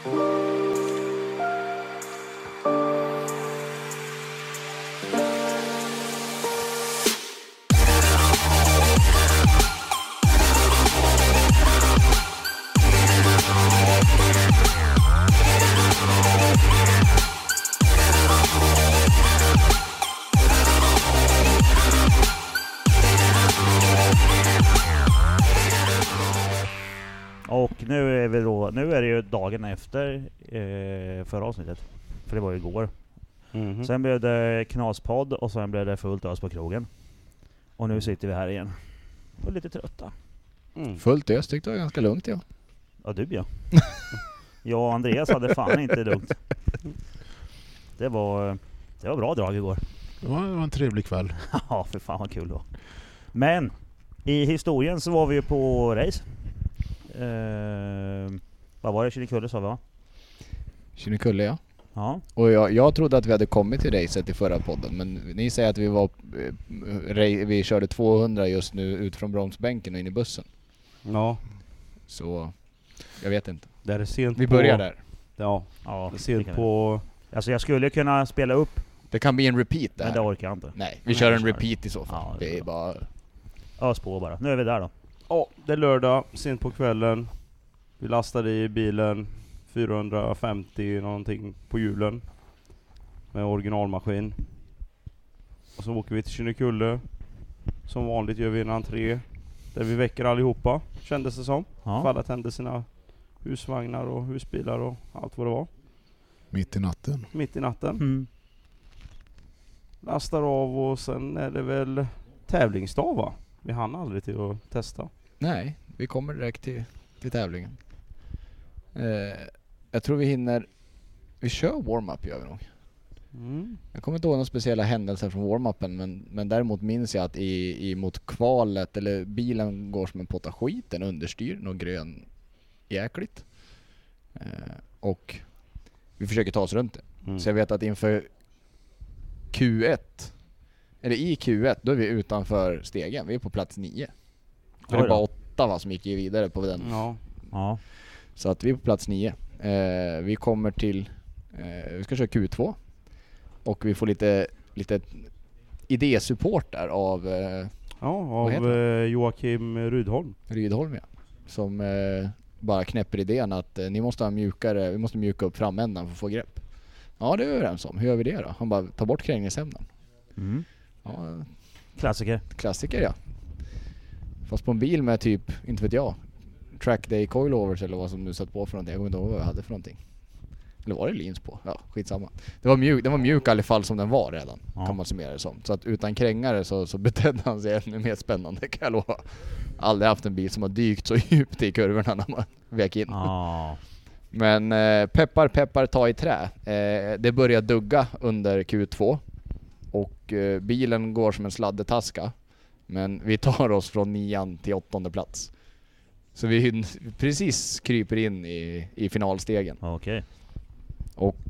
Och nu är det ju dagen efter förra avsnittet. För det var ju igår. Mm-hmm. Sen blev det knaspodd och sen blev det fullt ös på krogen. Och nu sitter vi här igen. Och lite trötta. Fullt ös tyckte jag var ganska lugnt, ja. Ja, du ja. Jag och Andreas hade fan inte lugnt. Det var bra drag igår. Det var en trevlig kväll. Ja, för fan vad kul då. Men i historien så var vi ju på race. Vad var det? Kinnekulle sa vi, va? Kinnekulle, ja. Ja. Och jag trodde att vi hade kommit till racet i förra podden, men ni säger att vi körde 200 just nu ut från bromsbänken och in i bussen. Ja. Så jag vet inte. Det är sent vi börjar där. Ja, det är sent på... Alltså jag skulle kunna spela upp. Det kan bli en repeat där. Men det orkar jag inte. Nej, vi kör en repeat i så fall. Ja, det är bara... Ös på bara. Nu är vi där då. Ja, det är lördag, sent på kvällen. Vi lastade i bilen 450 någonting på hjulen med originalmaskin. Och så åker vi till Kinnekulle. Som vanligt gör vi en entré där vi väcker allihopa, kändes det som. Ja. För alla tände sina husvagnar och husbilar och allt vad det var. Mitt i natten. Mm. Lastar av och sen är det väl tävlingsdag, va? Vi hann aldrig till att testa. Nej, vi kommer direkt till tävlingen. Jag tror vi hinner... Vi kör warm-up, gör vi nog. Jag kommer inte ihåg några speciella händelser från warm-upen, men däremot minns jag att mot kvalet, eller bilen går som en potta skit, den understyr något grön jäkligt. Och vi försöker ta oss runt det. Så jag vet att inför Q1, eller i Q1, då är vi utanför stegen. Vi är på plats 9. Det är bara 8, va, som gick vidare på den. Ja. Så att vi är på plats 9. Vi kommer till... vi ska köra Q2. Och vi får lite idésupport där av... av Joakim Rydholm. Rydholm, ja. Som bara knäpper idén att ni måste ha vi måste mjuka upp framändan för att få grepp. Ja, det är vi överens om. Hur gör vi det då? Han bara tar bort krängningsämnen. Ja, Klassiker, ja. Fast på en bil med typ, inte vet jag, track day coilovers eller vad som du satt på för någonting. Jag kommer inte ihåg vad jag hade för någonting. Eller var det lins på? Ja, skitsamma. Den var mjuk i alla fall som den var redan, kan man summera det som. Så att utan krängare så betedde han sig ännu mer spännande, kan jag lova. Aldrig haft en bil som har dykt så djupt i kurvorna när man väck in. Men peppar ta i trä. Det börjar dugga under Q2 och bilen går som en sladdetaska. Men vi tar oss från 9:an till 8:e plats. Så vi precis kryper in i finalstegen. Okej. Och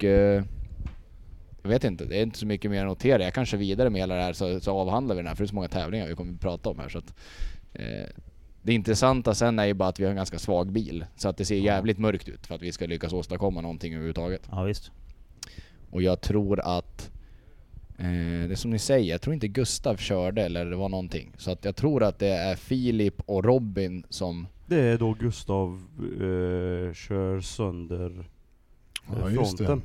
jag vet inte, det är inte så mycket mer att notera. Jag kanske vidare med hela det här så avhandlar vi den här, för det är så många tävlingar vi kommer att prata om här. Så att, det intressanta sen är ju bara att vi har en ganska svag bil. Så att det ser jävligt mörkt ut för att vi ska lyckas åstadkomma någonting överhuvudtaget. Ja, visst. Och jag tror att det som ni säger, jag tror inte Gustav körde eller det var någonting. Så att jag tror att det är Filip och Robin som... Det är då Gustav kör sönder fronten.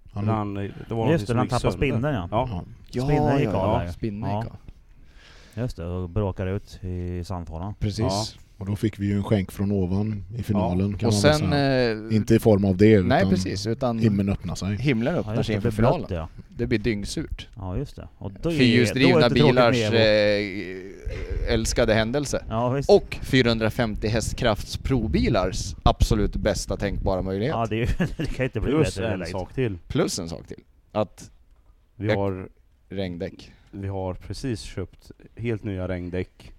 Han tappar spindeln, ja. Spindeln gick av där. Spindeln gick av. Just det, och bråkar ut i sandfåran. Precis. Ja. Och då fick vi ju en skänk från ovan i finalen, kan och man sen, säga. Inte i form av det, nej, precis, utan himlen öppnar sig. Himlen öppnar sig inför finalen. Ja. Det blir dyngsurt. Ja, just det. Och då fyrhjulsdrivna bilars älskade händelse. Ja, visst. Och 450 hästkrafts probilars absolut bästa tänkbara möjlighet. Ja, det kan inte bli plus en sak till. Plus en sak till. Att vi har regndäck. Vi har precis köpt helt nya regndäck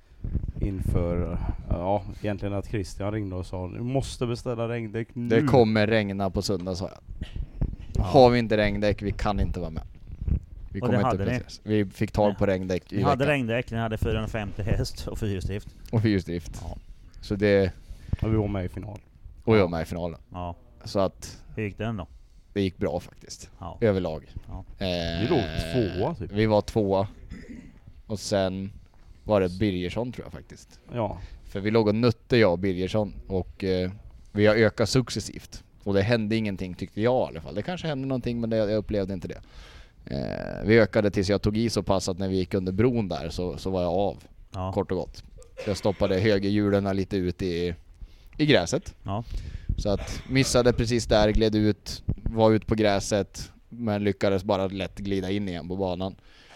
inför, egentligen att Christian ringde och sa du måste beställa regndäck nu. Det kommer regna på söndag, sa jag. Har vi inte regndäck, vi kan inte vara med. Vi kommer inte precis. Vi fick tag på regndäck i veckan. Ni hade regndäck, ni hade 450 häst och fyrhjulsdrift. Och fyrhjulsdrift. Ja. Så det... Och vi var med i final. Och jag var med i finalen. Ja. Så att Hur gick den då? det gick bra faktiskt. Ja. Överlag. Ja. Vi låg 2 typ. Vi var 2. Och sen var det Birgersson tror jag faktiskt. Ja. För vi låg och nötte jag och Birgersson. Och vi har ökat successivt. Och det hände ingenting tyckte jag i alla fall. Det kanske hände någonting men jag upplevde inte det. Vi ökade tills jag tog i så pass att när vi gick under bron där så var jag av. Ja. Kort och gott. Jag stoppade högerhjulen lite ut i gräset. Ja. Så att missade precis där, gled ut, var ut på gräset men lyckades bara lätt glida in igen på banan.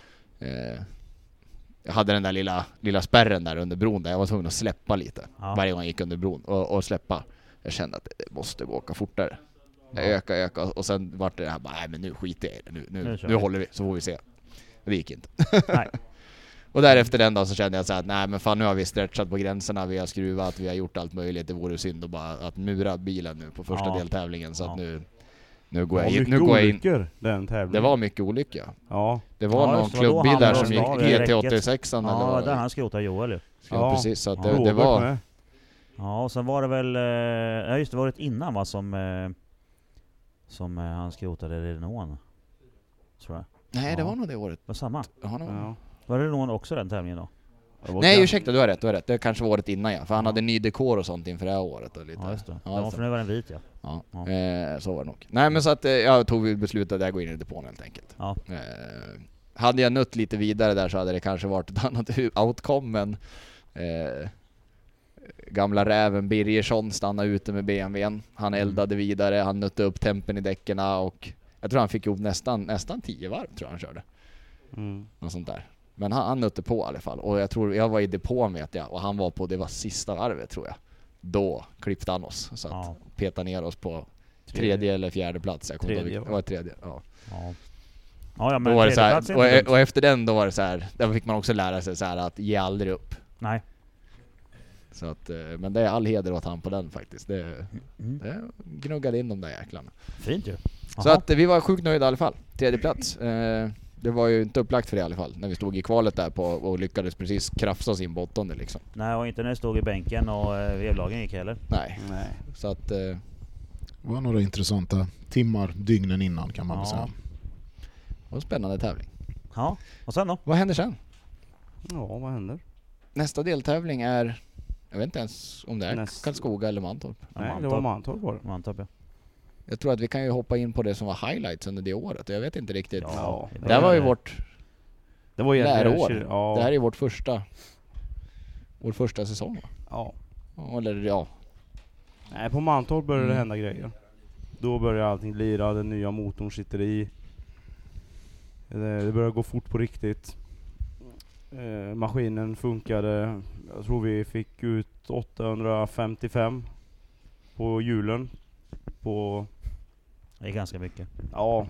Jag hade den där lilla spärren där under bron där jag var tvungen att släppa lite varje gång jag gick under bron och släppa. Jag kände att det måste gå åka fortare. Jag öka och sen vart det här bara, nej men nu skiter jag i det. Nu håller vi så får vi se. Det gick inte. Nej. Och därefter den dagen så kände jag så här, nej men fan nu har vi stretchat på gränserna, vi har skruvat, vi har gjort allt möjligt. Det vore synd att bara att mura bilen nu på första deltävlingen så att nu går jag in. Nu går jag in. Den tävlingen. Det var mycket olycka. Ja. Det var någon klubbbil där som gick GT86 eller ja, vad där han skrotade Joel ju. Ja, precis så att det var med. Ja, och sen var det väl ja just det, var det innan va som han skrotade Renault. Tror jag. Nej, det var nog det året. Var samma? Ja. Var det Renault också den tävlingen då? Nej, ursäkta, du har rätt. Det kanske var året innan för han hade ny dekor och sånt inför det här året och lite. Ja, just det. Ja, för nu var den vit ja. Så var det nog. Nej, men så att jag tog beslutet att jag går in i depån helt enkelt. Ja. Hade jag nött lite vidare där så hade det kanske varit ett annat outcome, men gamla räven Birgersson stannade ute med BMWn. Han eldade vidare, han nötte upp tempen i däckerna och jag tror han fick ihop nästan 10 varv tror jag han körde. Något sånt där. Men han nötte på i alla fall. Och jag tror jag var i depån vet jag och han var på, det var sista varvet tror jag. Då klippte han oss så att petade ner oss på 3:e eller 4:e plats. Jag kommer inte ihåg. Det var 3:e. Ja, men var det så här, och efter den då var det så här, där fick man också lära sig så här att ge aldrig upp. Nej. Så att, men det är all heder åt han på den faktiskt. Det gnuggade in de där jäklarna. Fint ju. Så att vi var sjukt nöjda i alla fall. 3:e plats. Det var ju inte upplagt för det i alla fall. När vi stod i kvalet där på och lyckades precis krafsa oss in på 8:e liksom. Nej, och inte när vi stod i bänken och vevlagen gick heller. Nej. Så att det var några intressanta timmar dygnen innan kan man väl säga. Det var en spännande tävling. Ja, och sen då? Vad händer sen? Ja, vad händer? Nästa deltävling är, jag vet inte ens om det är Karlskoga eller Mantorp. Nej, det var Mantorp var det. Mantorp, ja. Jag tror att vi kan ju hoppa in på det som var highlights under det året. Jag vet inte riktigt. Ja, det var ju vårt lärår. Det här är vår första säsong va? Ja. Eller ja. Nej, på Mantorp började det hända grejer. Då började allting lira, den nya motorn sitter i. Det började gå fort på riktigt. Maskinen funkade. Jag tror vi fick ut 855 på hjulen. Det är ganska mycket. Ja,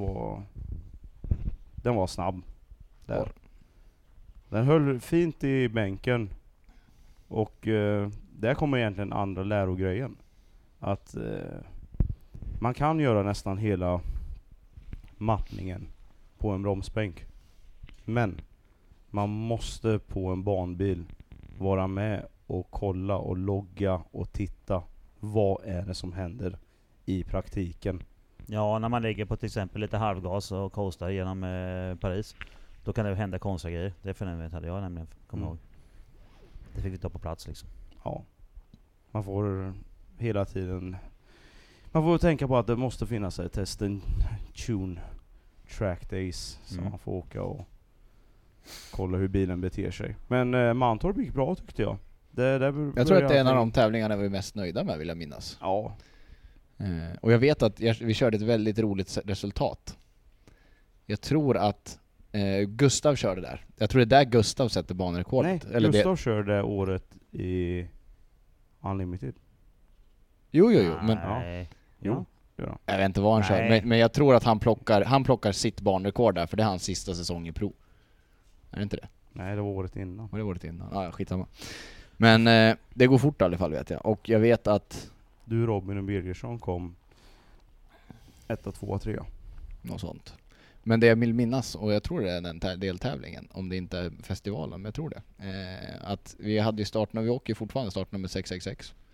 den var snabb. Där. Den höll fint i bänken. Och där kommer egentligen andra lärogrejen. Att man kan göra nästan hela mappningen på en bromsbänk. Men man måste på en banbil vara med och kolla och logga och titta. Vad är det som händer i praktiken? Ja, när man lägger på till exempel lite halvgas och coastar genom Paris. Då kan det hända konstiga grejer. Det fenomenet hade jag nämligen kommit ihåg. Det fick vi ta på plats liksom. Ja. Man får hela tiden... Man får tänka på att det måste finnas ett test and tune track days. Så man får åka och kolla hur bilen beter sig. Men Mantorp gick bra tyckte jag. Jag tror att det är en av de tävlingarna vi är mest nöjda med vill jag minnas. Ja. Och jag vet att vi körde ett väldigt roligt resultat. Jag tror att Gustav körde där. Jag tror det är där Gustav sätter banrekordet. Nej, Gustav körde året i Unlimited. Jo, men Jo. Jag vet inte vad han kör, men jag tror att han plockar sitt banrekord där, för det är hans sista säsong i pro. Är det inte det? Nej, det var året innan. Det var året innan. Ja, skitsamma. Men det går fort i alla fall vet jag. Och jag vet att du, Robin och Birgersson kom 1, 2, 3. Något sånt. Men det jag vill minnas, och jag tror det är den deltävlingen, om det inte är festivalen, men jag tror det. Att vi hade ju vi åker fortfarande startnummer 666.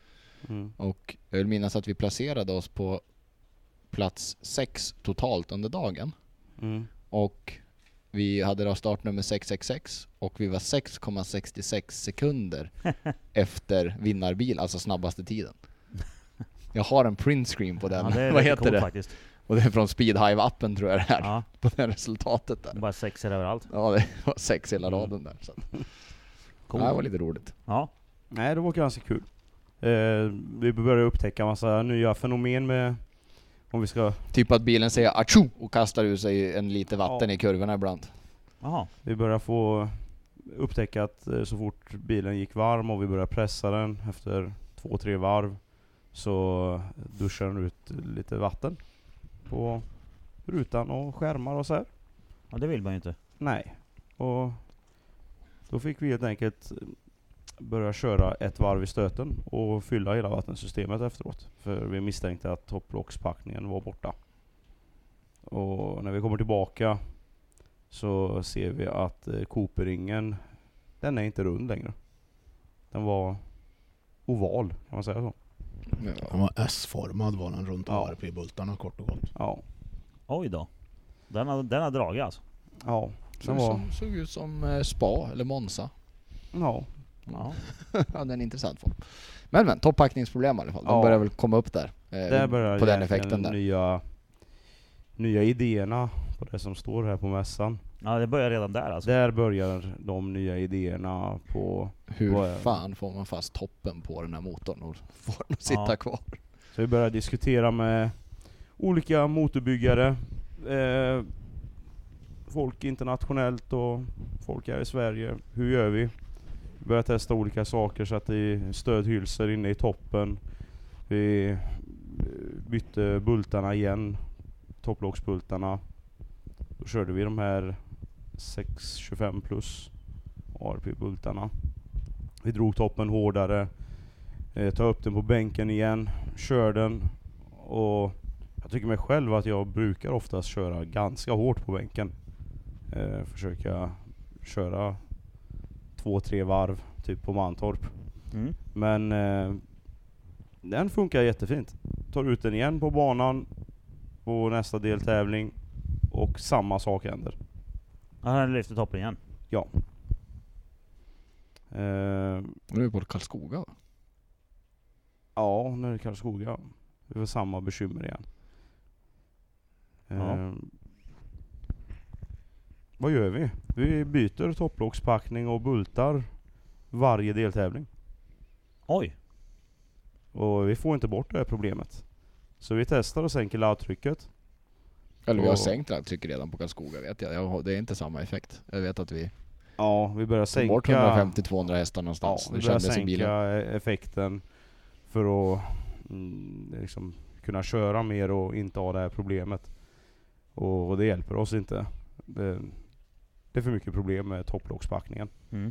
Och jag vill minnas att vi placerade oss på plats 6 totalt under dagen. Och vi hade då startnummer 666 och vi var 6,66 sekunder efter vinnarbil, alltså snabbaste tiden. Jag har en printscreen på den. Ja, det är vad lite heter coolt det? Faktiskt. Och det är från Speedhive-appen tror jag det är. Ja. På det resultatet där. Bara 6 överallt. Ja, det var 6 hela raden där. Så. Cool. Ja, det var lite roligt. Ja. Nej, det var ganska kul. Vi började upptäcka massa nya fenomen med, om vi ska... Typ att bilen säger achu och kastar ur sig en liter vatten Ja. i kurvorna ibland. Jaha. Vi började få upptäcka att så fort bilen gick varm och vi började pressa den efter 2-3 varv så duschade den ut lite vatten på rutan och skärmar och så här. Ja, det vill man ju inte. Nej. Och då fick vi helt enkelt börja köra ett varv i stöten och fylla hela vattensystemet efteråt. För vi misstänkte att topplockspackningen var borta. Och när vi kommer tillbaka så ser vi att Cooper-ringen, den är inte rund längre. Den var oval, kan man säga så. Den var S-formad var den runt Ja. ARP-bultarna kort och gott. Ja. Oj då. Den har dragit alltså. Ja. Den var... Såg ut som Spa eller Monza. Ja. Ja. Ja, det är en intressant form. Men toppackningsproblem i alla fall. De Ja. börjar väl komma upp där. Där börjar på den egentligen effekten där. nya idéerna på det som står här på mässan. Ja, det börjar redan där alltså. Där börjar de nya idéerna på... Hur vad är- fan får man fast toppen på den här motorn och får den att sitta Ja. kvar? Så vi börjar diskutera med olika motorbyggare, folk internationellt och folk här i Sverige. Hur gör vi? Vi börjar testa olika saker, så att det är stödhylsor inne i toppen. Vi bytte bultarna igen, topplocksbultarna. Då körde vi de här 625 plus ARP-bultarna. Vi drog toppen hårdare, tog upp den på bänken igen, kör den, och jag tycker mig själv att jag brukar oftast köra ganska hårt på bänken. Försöka köra 2-3 varv typ på Mantorp. Mm. Men den funkar jättefint. Tar ut den igen på banan på nästa deltävling och samma sak händer. Ja, han lyfter toppen igen. Ja. Nu är vi på Karlskoga, va? Ja, nu är det Karlskoga. Vi får samma bekymmer igen. Ja. Vad gör vi? Vi byter topplockspackning och bultar varje deltävling. Oj. Och vi får inte bort det här problemet. Så vi testar och sänker laddtrycket. Eller vi har Och- sänkt laddtrycket redan på Karlskoga, vet jag. Det är inte samma effekt. Jag vet att vi Ja, vi börjar tog bort sänka... 150-200 hästar Ja, någonstans. vi Det börjar kändes i bilen. sänka effekten för att liksom kunna köra mer och inte ha det här problemet. Och det hjälper oss inte. Det är för mycket problem med topplockspackningen. Mm.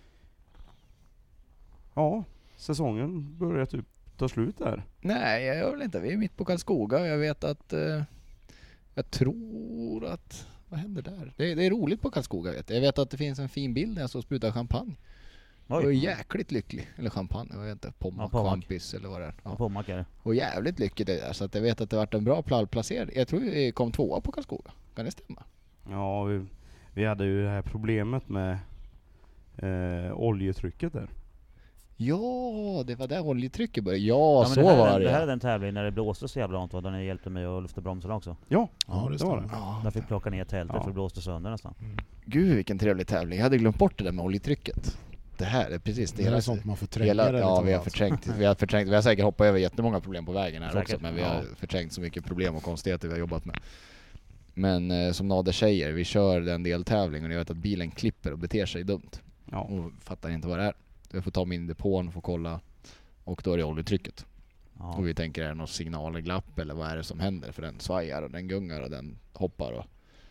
Ja, säsongen börjar typ ta slut där. Nej, jag gör väl inte. Vi är mitt på Karlskoga. Jag vet att... jag tror att... Vad händer där? Det är roligt på Karlskoga, vet jag. Jag vet att det finns en fin bild när jag står och sprutar champagne. Jag är Oj. jäkligt lycklig. Eller champagne, jag vet inte. Pommac, Pommac. champis eller vad det är. Ja. Ja. Pommac är det. Och jävligt lycklig det där. Så att jag vet att det varit en bra placering. Jag tror vi kom 2 på Karlskoga. Kan det stämma? Ja, vi hade ju det här problemet med oljetrycket där. Ja, det var där oljetrycket började. Ja, men så det här, var det. Det här är Ja. den tävlingen när det blåste så jävla långt, va? Där ni hjälpte mig att lyfta bromsarna också. Ja, Ja, det var stämmer. det. Ja. Där fick plocka ner tältet Ja. för det blåste sönder nästan. Gud vilken trevlig tävling. Jag hade glömt bort det där med oljetrycket. Det här är precis det Det är hela. sånt man förtränger. Hela, eller ja, vad vi har alltså. förträngt. Vi har säkert hoppat över jättemånga problem på vägen här Säkert, också. Men vi ja. har förträngt så mycket problem och konstigheter vi har jobbat med. Men som Nader säger, vi kör en deltävling och jag vet att bilen klipper och beter sig dumt. Ja. Och fattar inte vad det är. Jag får ta min depån och få kolla. Och då är det oljetrycket. Ja. Och vi tänker, är det något signalglapp eller vad är det som händer? För den svajar och den gungar och den hoppar.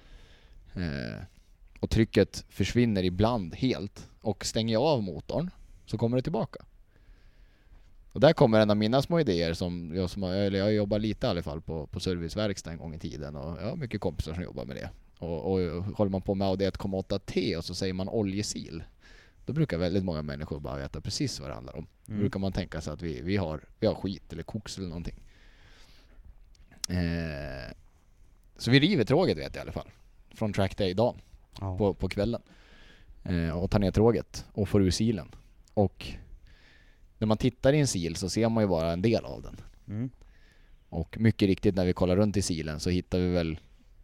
Och trycket försvinner ibland helt. Och stänger jag av motorn så kommer det tillbaka. Och där kommer en av mina små idéer som jag jobbar lite i alla fall på serviceverkstad en gång i tiden. Och jag har mycket kompisar som jobbar med det. Och håller man på med Audi 1,8T och så säger man oljesil. Då brukar väldigt många människor bara veta precis vad det handlar om. Då brukar man tänka sig att vi har skit eller koks eller någonting. Så vi river tråget vet jag i alla fall. Från track day-dagen på kvällen. Och tar ner tråget och får ur silen. Och när man tittar i en sil så ser man ju bara en del av den. Och mycket riktigt när vi kollar runt i silen så hittar vi väl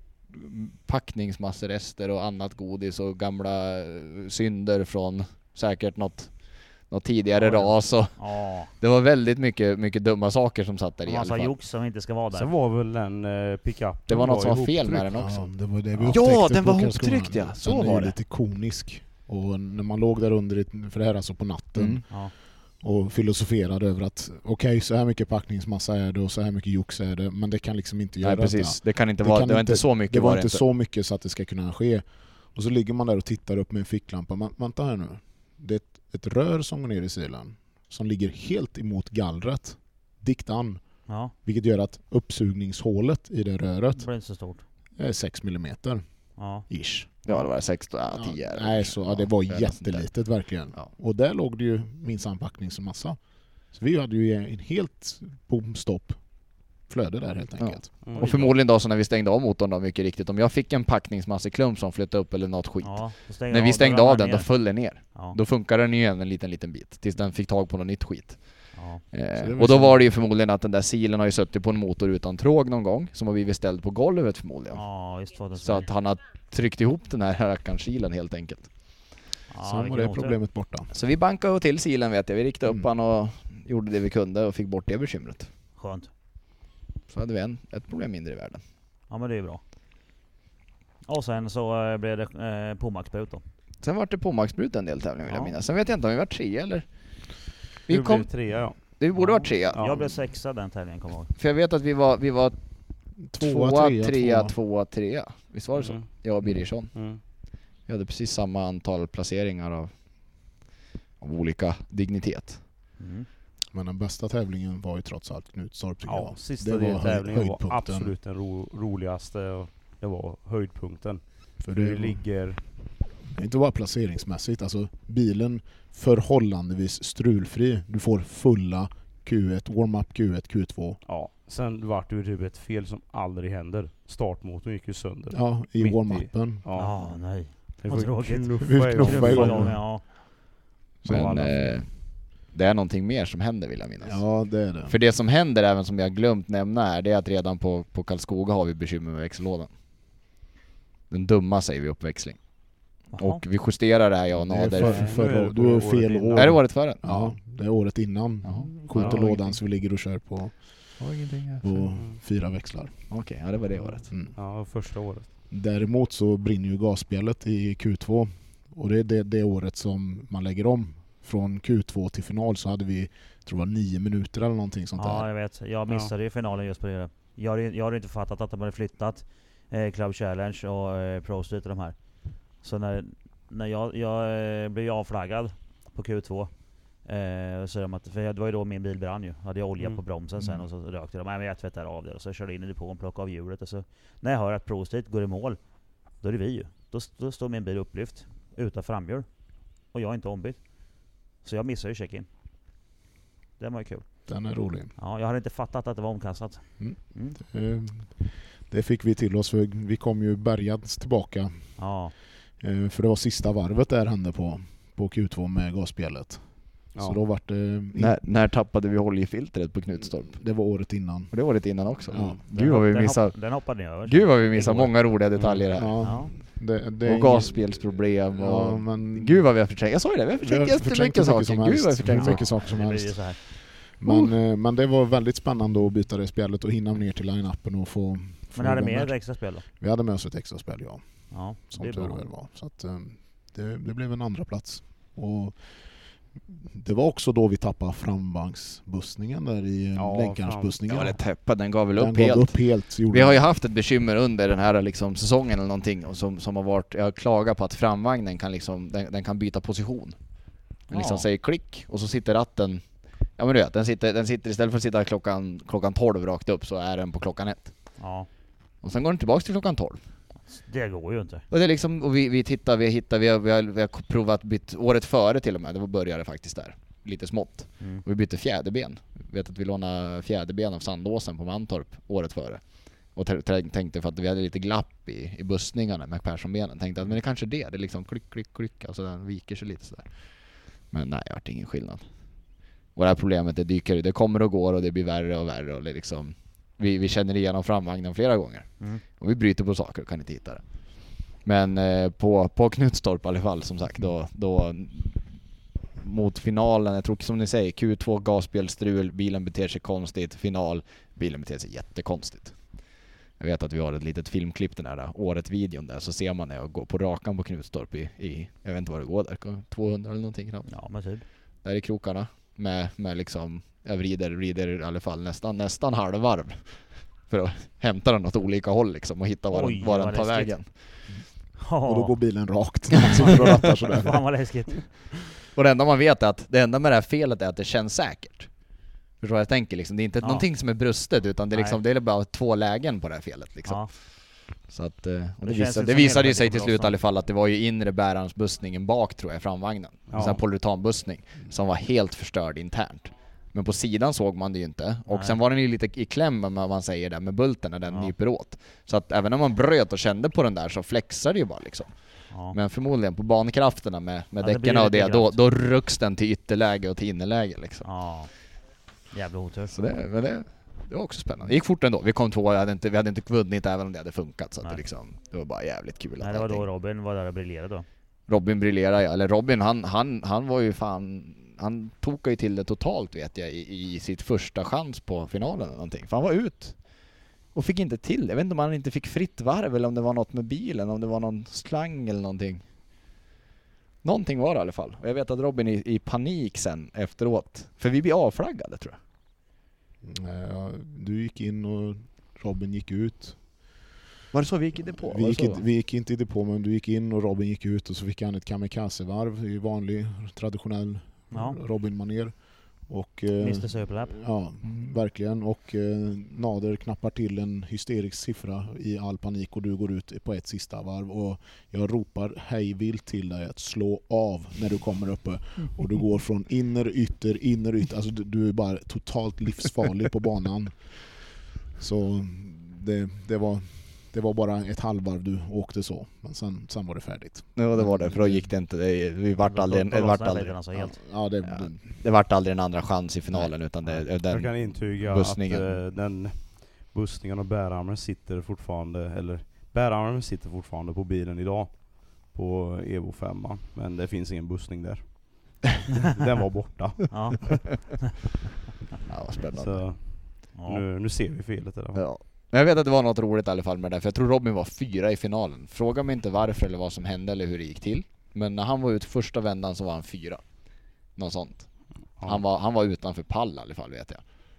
packningsmasserester och annat godis och gamla synder från säkert något tidigare ras och det var väldigt mycket dumma saker som satt där i alla fall. Jox som inte ska vara där. Sen var väl den pickup. Det var något som var fel med den också. Ja, det var det vi upptäckte den var på hoptryckt Karlskrona. så den var är det. Lite konisk. Och när man låg där under, för det här är alltså på natten, och filosoferade över att okej, så här mycket packningsmassa är det och så här mycket jox är det, men det kan liksom inte göra. Nej, precis. Det kan inte det vara, det var inte så mycket. Det var inte så mycket så att det ska kunna ske. Och så ligger man där och tittar upp med en ficklampa. Men vänta här nu. Det är ett rör som går ner i silen som ligger helt emot gallret. Dikt an. Ja. Vilket gör att uppsugningshålet i det röret det blir inte så stort. är 6 millimeter. Ja. Ish. Ja, det var 16, 10. Nej, så det var jättelitet verkligen. Ja. Och där låg det ju minst anpackningsmassa. Så vi hade ju en helt bomstopp flöde där helt enkelt. Och förmodligen då så när vi stängde av motorn då, mycket riktigt. Om jag fick en packningsmasseklump som flyttade upp eller något skit. När vi stängde av den, då föll den ner. Då funkar den igen en liten bit. Tills den fick tag på något nytt skit. Och då var det ju förmodligen att den där silen har ju suttit på en motor utan tråg någon gång. Som har blivit ställd på golvet förmodligen. Så att han har tryckt ihop den här rackarnsilen helt enkelt. Så var det problemet borta. Så vi bankade till silen vet jag. Vi riktade upp han och gjorde det vi kunde och fick bort det bekymret. Skönt. Så hade vi ett problem mindre i världen. Ja, men det är bra. Och sen så blev det Pomax-brut då. Sen var det Pomax-brut en del tävling vill jag minnas. Sen vet jag inte om vi var 3 eller... Vi kom 3 Det borde vara 3. Jag blev 6 den tävlingen kommer jag ihåg. För jag vet att vi var 2, 3. Visst var det så? Jag och Birgersson. Vi hade precis samma antal placeringar av olika dignitet. Men den bästa tävlingen var ju trots allt Knutstorp tycker jag. Sista tävlingen var absolut den roligaste och det var höjdpunkten. För det ligger... Det är inte bara placeringsmässigt, alltså bilen förhållandevis strulfri. Du får fulla Q1, warm-up Q1, Q2. Ja, sen vart det ju ett fel som aldrig händer. Startmotorn gick ju sönder. Ja, i warm-upen. Ja, nej. Det var tråkigt. Knuffa igång. Ja. Men det är någonting mer som händer vill jag minnas. Ja, det är det. För det som händer, även som jag glömt nämna är, det är att redan på Karlskoga har vi bekymmer med växellådan. Den dumma säger vi uppväxling. Och vi justerar det här, jag och Nader. Du är fel år. Är det året före? Ja, det är året innan. Skjuter lådan så vi ligger och kör på 4 växlar. Okej, ja det var det året. Ja, första året. Däremot så brinner ju gasspjället i Q2. Och det är det året som man lägger om. Från Q2 till final så hade vi, tror jag, 9 minuter eller någonting sånt där. Ja, jag vet. Jag missade ju finalen just på det. Jag hade inte fattat att de hade flyttat Club Challenge och Pro Street och de här. Så när jag blev avflaggad på Q2 så de att, för det var ju då min bil brann ju. Hade jag olja på bromsen sen och så rökte de. Men jag tvättade av det och så körde in i depån, plockade av hjulet och så när jag hör att Pro Street går i mål, då är det vi ju. Då står min bil upplyft utan framhjul och jag är inte ombytt. Så jag missade ju check-in. Det var ju kul. Den är rolig. Ja, jag hade inte fattat att det var omkastat. Det fick vi till oss för vi kom ju bärgats tillbaka. Ja. För det var sista varvet där hände på Q2 med gasspjället. Ja. Så då var det... När tappade vi oljefiltret på Knutstorp? Det var året innan. Och det var året innan också? Ja. Gud vad vi missade. Den hoppade ni över. Gud vad vi missade många roliga detaljer här. Ja. Det och gasspelsproblem och... men... Gud vad vi har förträngt. Jag sa ju det, vi har förträngt jättemycket saker. Gud vad vi har förträngt mycket saker som helst. Men det var väldigt spännande att byta det spelet och hinna ner till line-upen och få men hade med ett extra spel då? Vi hade med oss ett extra spel, ja. Ja, som tur var. Så att det blev en andra plats. Och det var också då vi tappade frambanksbussningen där i länkarnsbussningen. Ja, det täppade, den gav väl upp helt. Vi har ju haft ett bekymmer under den här liksom, säsongen eller någonting och som har varit, jag klagar på att framvagnen kan liksom, den kan byta position. Den liksom säger klick och så sitter ratten, ja men du vet, den sitter istället för att sitta klockan 12 rakt upp så är den på klockan 1. Ja. Och sen går den tillbaka till klockan 12. Det går ju inte. Och det är liksom, och vi har provat bytt året före till och med. Det började faktiskt där. Lite smått. Och vi bytte fjäderben. Jag vet att vi lånade fjäderben av Sandåsen på Mantorp året före. Och tänkte för att vi hade lite glapp i bussningarna med Perssonbenen. Tänkte att men det kanske det är liksom klick. Alltså den viker sig lite sådär. Men nej, det har varit ingen skillnad. Och det här problemet det kommer och går och det blir värre och värre. Och det liksom, vi känner igenom framvagnen flera gånger. Och vi bryter på saker och kan inte hitta det. Men på Knutstorp i alla fall, som sagt, då mot finalen, jag tror som ni säger, Q2 gasspelstrul, bilen beter sig konstigt, final, bilen beter sig jättekonstigt. Jag vet att vi har ett litet filmklipp den här året-videon där, så ser man när jag går på rakan på Knutstorp i jag vet inte vad det går där, 200 eller någonting knappt. Ja, men typ. Där i krokarna med liksom, jag vrider i alla fall nästan halvvarv för att hämta den åt olika håll liksom och hitta var den tar vägen. Och då går bilen rakt. Sitter och rattar sådär. Fan vad läskigt. Och det enda man vet är att det enda med det här felet är att det känns säkert. Förstår vad jag tänker liksom? Det är inte någonting som är brustet, utan det är liksom, det är bara 2 lägen på det här felet liksom. Ja. Så att det visade ju sig till slut i alla fall att det var ju inre bärarmsbussningen bak, tror jag, framvagnen. En sån här polyuretanbussning som var helt förstörd internt. Men på sidan såg man det ju inte. Och sen var den ju lite i kläm med vad man säger där med bulten när den nyper åt. Så att även när man bröt och kände på den där så flexade det ju bara liksom. Ja. Men förmodligen på bankrafterna med däcken och det, då rucks den till ytterläge och till innerläge liksom. Ja. Jävla otur. Så det var också spännande. Det gick fort ändå. Vi kom 2, vi hade inte vunnit även om det hade funkat. Så att det, liksom, det var bara jävligt kul. Nej, det var då Robin var där och briljerade då. Robin briljerade, ja. Eller Robin, han var ju fan... Han tog ju till det totalt, vet jag, i sitt första chans på finalen eller någonting. För han var ut och fick inte till. Jag vet inte om han inte fick fritt varv eller om det var något med bilen, om det var någon slang eller någonting. Någonting var det i alla fall. Och jag vet att Robin i panik sen efteråt, för vi blev avflaggade, tror jag. Ja, du gick in och Robin gick ut. Var det så vi gick i depå? Vi gick inte i depå, men du gick in och Robin gick ut och så fick han ett kamikazevarv i vanlig traditionell Robin-manér. Och Mr. Superlap. Ja, verkligen. Och Nader knappar till en hysterisk siffra i all panik och du går ut på ett sista varv och jag ropar hejvilt till dig att slå av när du kommer uppe och du går från inner ytter, alltså du är bara totalt livsfarlig på banan. Så det var bara ett halvvarv du åkte så, men sen var det färdigt. Ja, det var det, för då gick det inte. Vi vart aldrig det vart aldrig en andra chans i finalen. Nej. Utan den jag kan intyga bussningen. Att den bussningen och bärarmen sitter fortfarande på bilen idag på Evo 5, men det finns ingen bussning där. Den var borta. Ja. Ja, spännande. Så nu ser vi felet där. Ja. Men jag vet att det var något roligt i alla fall med det, för jag tror Robin var 4 i finalen. Fråga mig inte varför eller vad som hände eller hur det gick till. Men när han var ut första vändan så var han 4. Något sånt. Ja. Han var utanför pall i alla fall, vet jag.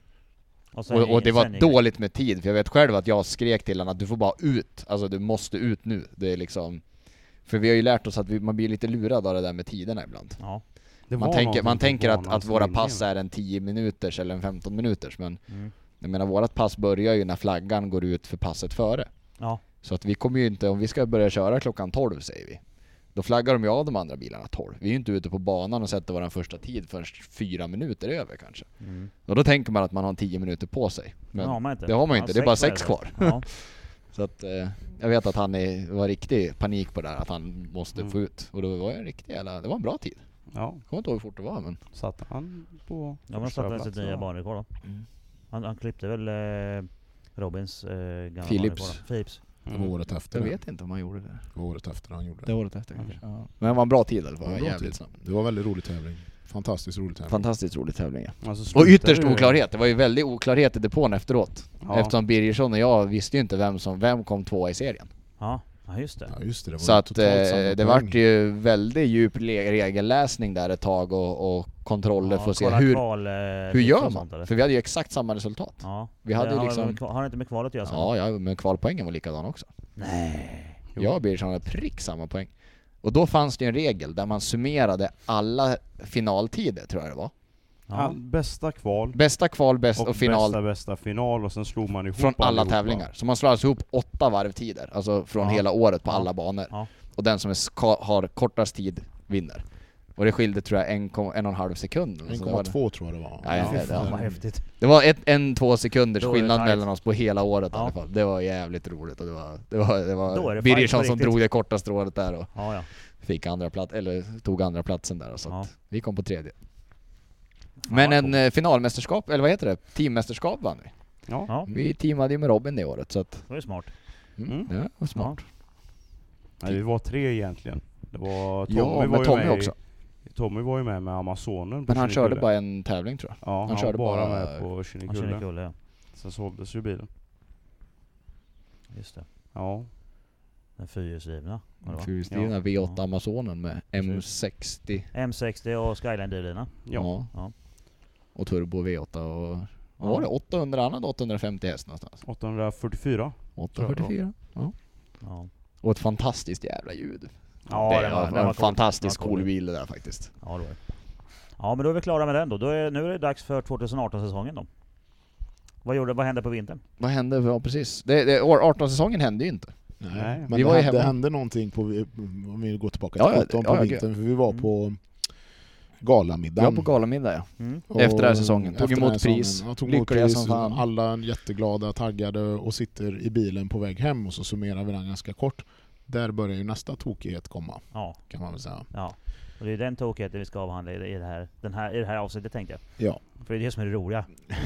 Och det var dåligt med tid, för jag vet själv att jag skrek till honom att du får bara ut. Alltså du måste ut nu. Det är liksom... För vi har ju lärt oss att man blir lite lurad av det där med tiderna ibland. Ja. Man tänker att våra pass är en 10 minuters eller en 15 minuters, men... Jag menar, vårat pass börjar ju när flaggan går ut för passet före. Ja. Så att vi kommer ju inte, om vi ska börja köra klockan 12 säger vi. Då flaggar de ju av de andra bilarna 12. Vi är ju inte ute på banan och sätter våran första tid förrän 4 minuter över kanske. Och då tänker man att man har 10 minuter på sig. Men det har man inte, det är bara 6 kvar. Ja. Så att jag vet att han var riktig panik på det där, att han måste få ut. Och då var jag det var en bra tid. Ja. Jag kommer inte ihåg hur fort det var, men... Satt han på... Ja, man satte sitt nya banrekord då. Han klippte väl Robins gamla Philips. Det var året efter. Jag vet inte om han gjorde det. Det var året efter han gjorde det. Det var året efter kanske. Ja. Men det var en bra tid. Det var jävligt snabb. Det var väldigt rolig tävling. Fantastiskt rolig tävling, ja. Alltså, och ytterst oklarhet. Det var ju väldigt oklarhet i depån efteråt. Ja. Eftersom Birgersson och jag visste ju inte vem kom 2 i serien. Ja. Ja, just det. Ja, just det. Det var så att det vart ju väldigt djup regelläsning där ett tag och kontroller för att se hur gör man? För vi hade ju exakt samma resultat. Ja. Vi hade liksom... Har inte med kvalet att göra? Ja, men kvalpoängen var likadan också. Nej. Jag och Birgersson hade prick samma poäng. Och då fanns det en regel där man summerade alla finaltider, tror jag det var. Ja. Bästa kval. Bästa kval, och final. Bästa final och sen slog man ihop från alla allihopa. tävlingar. Så man slår alltså ihop 8 varvtider. Alltså från hela året på alla banor. Ja. Och den som har kortast tid vinner. Och det skilde tror jag 1,5 sekund. 1,2 tror jag det var. Vad häftigt. Det var 1-2 sekunders Då är det skillnad tight. mellan oss på hela året i Ja. alla fall. Det var jävligt roligt och det Då är var det Birgersson fight på som riktigt. drog det korta strået där och Ja. fick tog andra platsen där, så Ja. att vi kom på 3:e. Men en finalmästerskap, eller vad heter det? Teammästerskap vann vi. Ja. Vi teamade ju med Robin det året, så att Det var ju smart. Mm. ja, var smart. Nej, vi var 3 egentligen. Det var Tommy, Ja, var men ju Tommy med också. Tommy var ju med Amazonen. Men han körde Kinnekulle. bara en tävling tror jag. Ja, han körde var bara bara- med på Han Kinnekulle. känner kulle, ja. Sen såldes ju bilen. Just det. Ja. Den fyrhjulsdrivna. var det va? Fyrhjulsdrivna V8 Amazonen med M60. M60 och Skyline-drivlina. Ja. Ja. Och turbo V8 och... Vad var det? 800, han hade 850 häst någonstans. 844. 844. Ja. Ja. Och ett fantastiskt jävla ljud. Ja, det var en cool. fantastiskt Den var cool bil det där faktiskt. Ja, det var det. Ja, men då är vi klara med den då. Nu är det dags för 2018-säsongen då. Vad hände på vintern? Vad hände? Ja precis. 18-säsongen hände ju inte. Nej. Men Vi var ju det hemma. hände någonting på, om vi går tillbaka Ja, till ja, 17 på ja, vintern, för vi var på galamiddagen. Vi var på galamiddag ja. Mm. Och Efter den här säsongen. Tog efter den här emot pris. säsongen. Ja, tog emot Lyckliga pris. som fan. Alla är jätteglada, taggade och sitter i bilen på väg hem och så summerar vi den ganska kort. Där börjar ju nästa tokighet komma, Ja. kan man väl säga. Ja. Och det är den tokigheten vi ska avhandla i det här avsnittet tänkte jag. Ja. För det är det som är det roliga.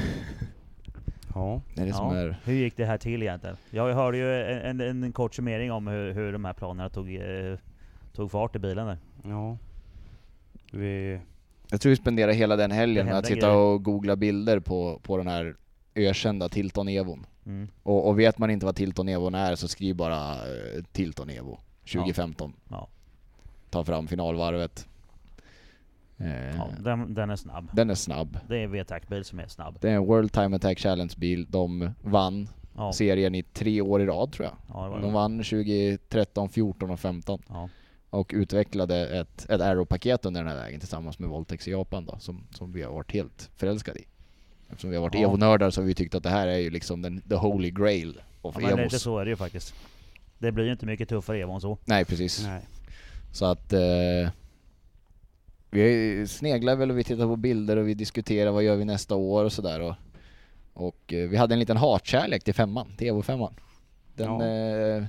Ja. Det är det som är... Hur gick det här till egentligen? Jag hörde ju en kort summering om hur de här planerna tog fart i bilen där. Ja. Jag tror vi spenderar hela den helgen Det med att hände sitta grejer. och googla bilder på den här ökända Tilton Evon. Mm. Och vet man inte vad Tilton Evon är så skriv bara Tilton Evo 2015. Ja. Ta fram finalvarvet. Ja, den är snabb. Den är snabb. Det är en V-tack-bil som är snabb. Det är en World Time Attack Challenge-bil. De vann Ja, serien i 3 år i rad tror jag. ja det var De det. vann 2013, 14 och 15. Ja. Och utvecklade ett Aero-paket under den här vägen tillsammans med Voltex i Japan då, som vi har varit helt förälskade i. Eftersom vi har varit Ja. Evo-nördar så har vi tyckt att det här är ju liksom the holy grail of Ja, men lite Evos. så är det ju faktiskt. Det blir ju inte mycket tuffare Evo än så. Nej, precis. Nej. Så att vi sneglar väl och vi tittar på bilder och vi diskuterar vad gör vi nästa år och sådär. Och vi hade en liten hatkärlek till Evo 5. Den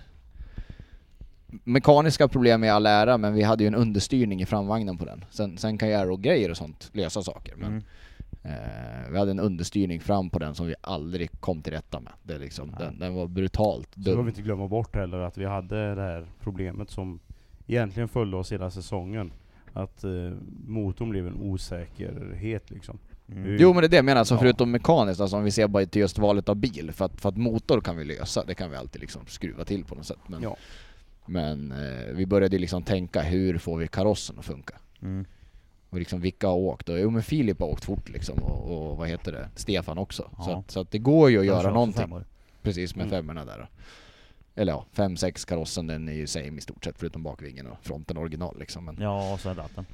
mekaniska problem i all ära, men vi hade ju en understyrning i framvagnen på den. Sen kan ju aero-grejer och sånt lösa saker. Men vi hade en understyrning fram på den som vi aldrig kom till rätta med. Det är liksom, den var brutalt Så får vi dum. inte glömma bort heller att vi hade det här problemet som egentligen följde oss hela säsongen. Att motorn blev en osäkerhet liksom. Mm. Jo, men det är det jag menar, alltså, Ja. förutom mekaniskt, alltså, om vi ser bara till just valet av bil, för att motor kan vi lösa, det kan vi alltid liksom skruva till på något sätt. Men, Ja. men vi började liksom tänka, hur får vi karossen att funka? Mm. Och liksom vilka har åkt? Och, jo, men Filip har åkt fort liksom, och vad heter det? Stefan också. Ja. Så att det går ju att Jag kör göra också någonting. 5 år. Precis med Mm. femmorna där då. Eller ja, 5-6 karossen, den är ju same i stort sett förutom bakvingen och fronten original liksom. Men, Ja, och sen ratten.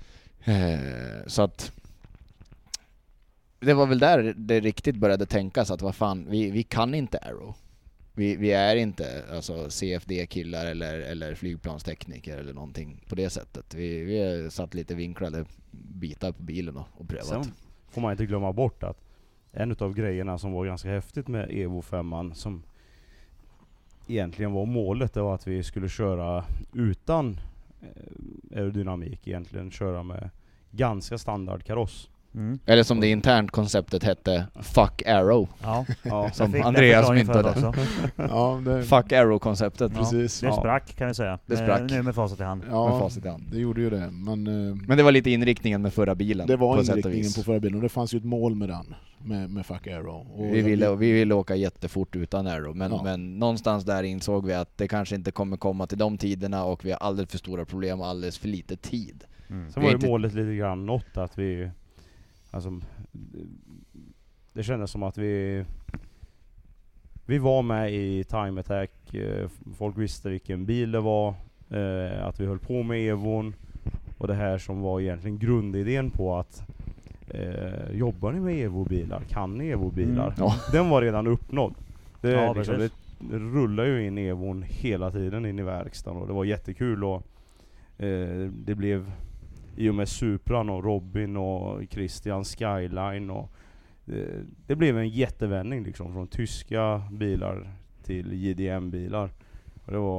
så att det var väl där det riktigt började tänkas att vad fan, vi kan inte aero. Vi är inte alltså CFD-killar eller flygplanstekniker eller någonting på det sättet. Vi har satt lite vinklade bitar på bilen och prövat. Sen får man inte glömma bort att en av grejerna som var ganska häftigt med Evo 5 som egentligen var målet, det var att vi skulle köra utan aerodynamik egentligen, köra med ganska standard kaross. Mm. Eller som det internt konceptet hette, Fuck Aero. Ja, Ja, Som jag fick Andreas den förklaringen myntade. förut också. Ja, det, Fuck Aero-konceptet. Ja. precis. Det Ja. sprack kan vi säga. Det sprack. Nu med facit i hand. Med Ja, facit i hand. det gjorde ju det. Men Men det var lite inriktningen med förra bilen. det var på sätt och inriktningen vis. på förra bilen och det fanns ju ett mål med den, med Fuck Aero. Och Vi ville åka jättefort utan aero, men, Ja. men någonstans där insåg vi att det kanske inte kommer komma till de tiderna och vi har alldeles för stora problem och alldeles för lite tid. Mm. sen Vi var är ju inte- målet lite grann nått att vi alltså, det kändes som att vi var med i Time Attack, folk visste vilken bil det var, att vi höll på med Evon och det här som var egentligen grundidén på att jobbar ni med Evo-bilar? Kan ni Evo-bilar? Mm. Ja. Den var redan uppnådd. Ja, liksom, precis. det rullar ju in Evon hela tiden in i verkstaden och det var jättekul och det blev i och med Supran och Robin och Christian Skyline och det blev en jättevändning liksom från tyska bilar till JDM-bilar. Och det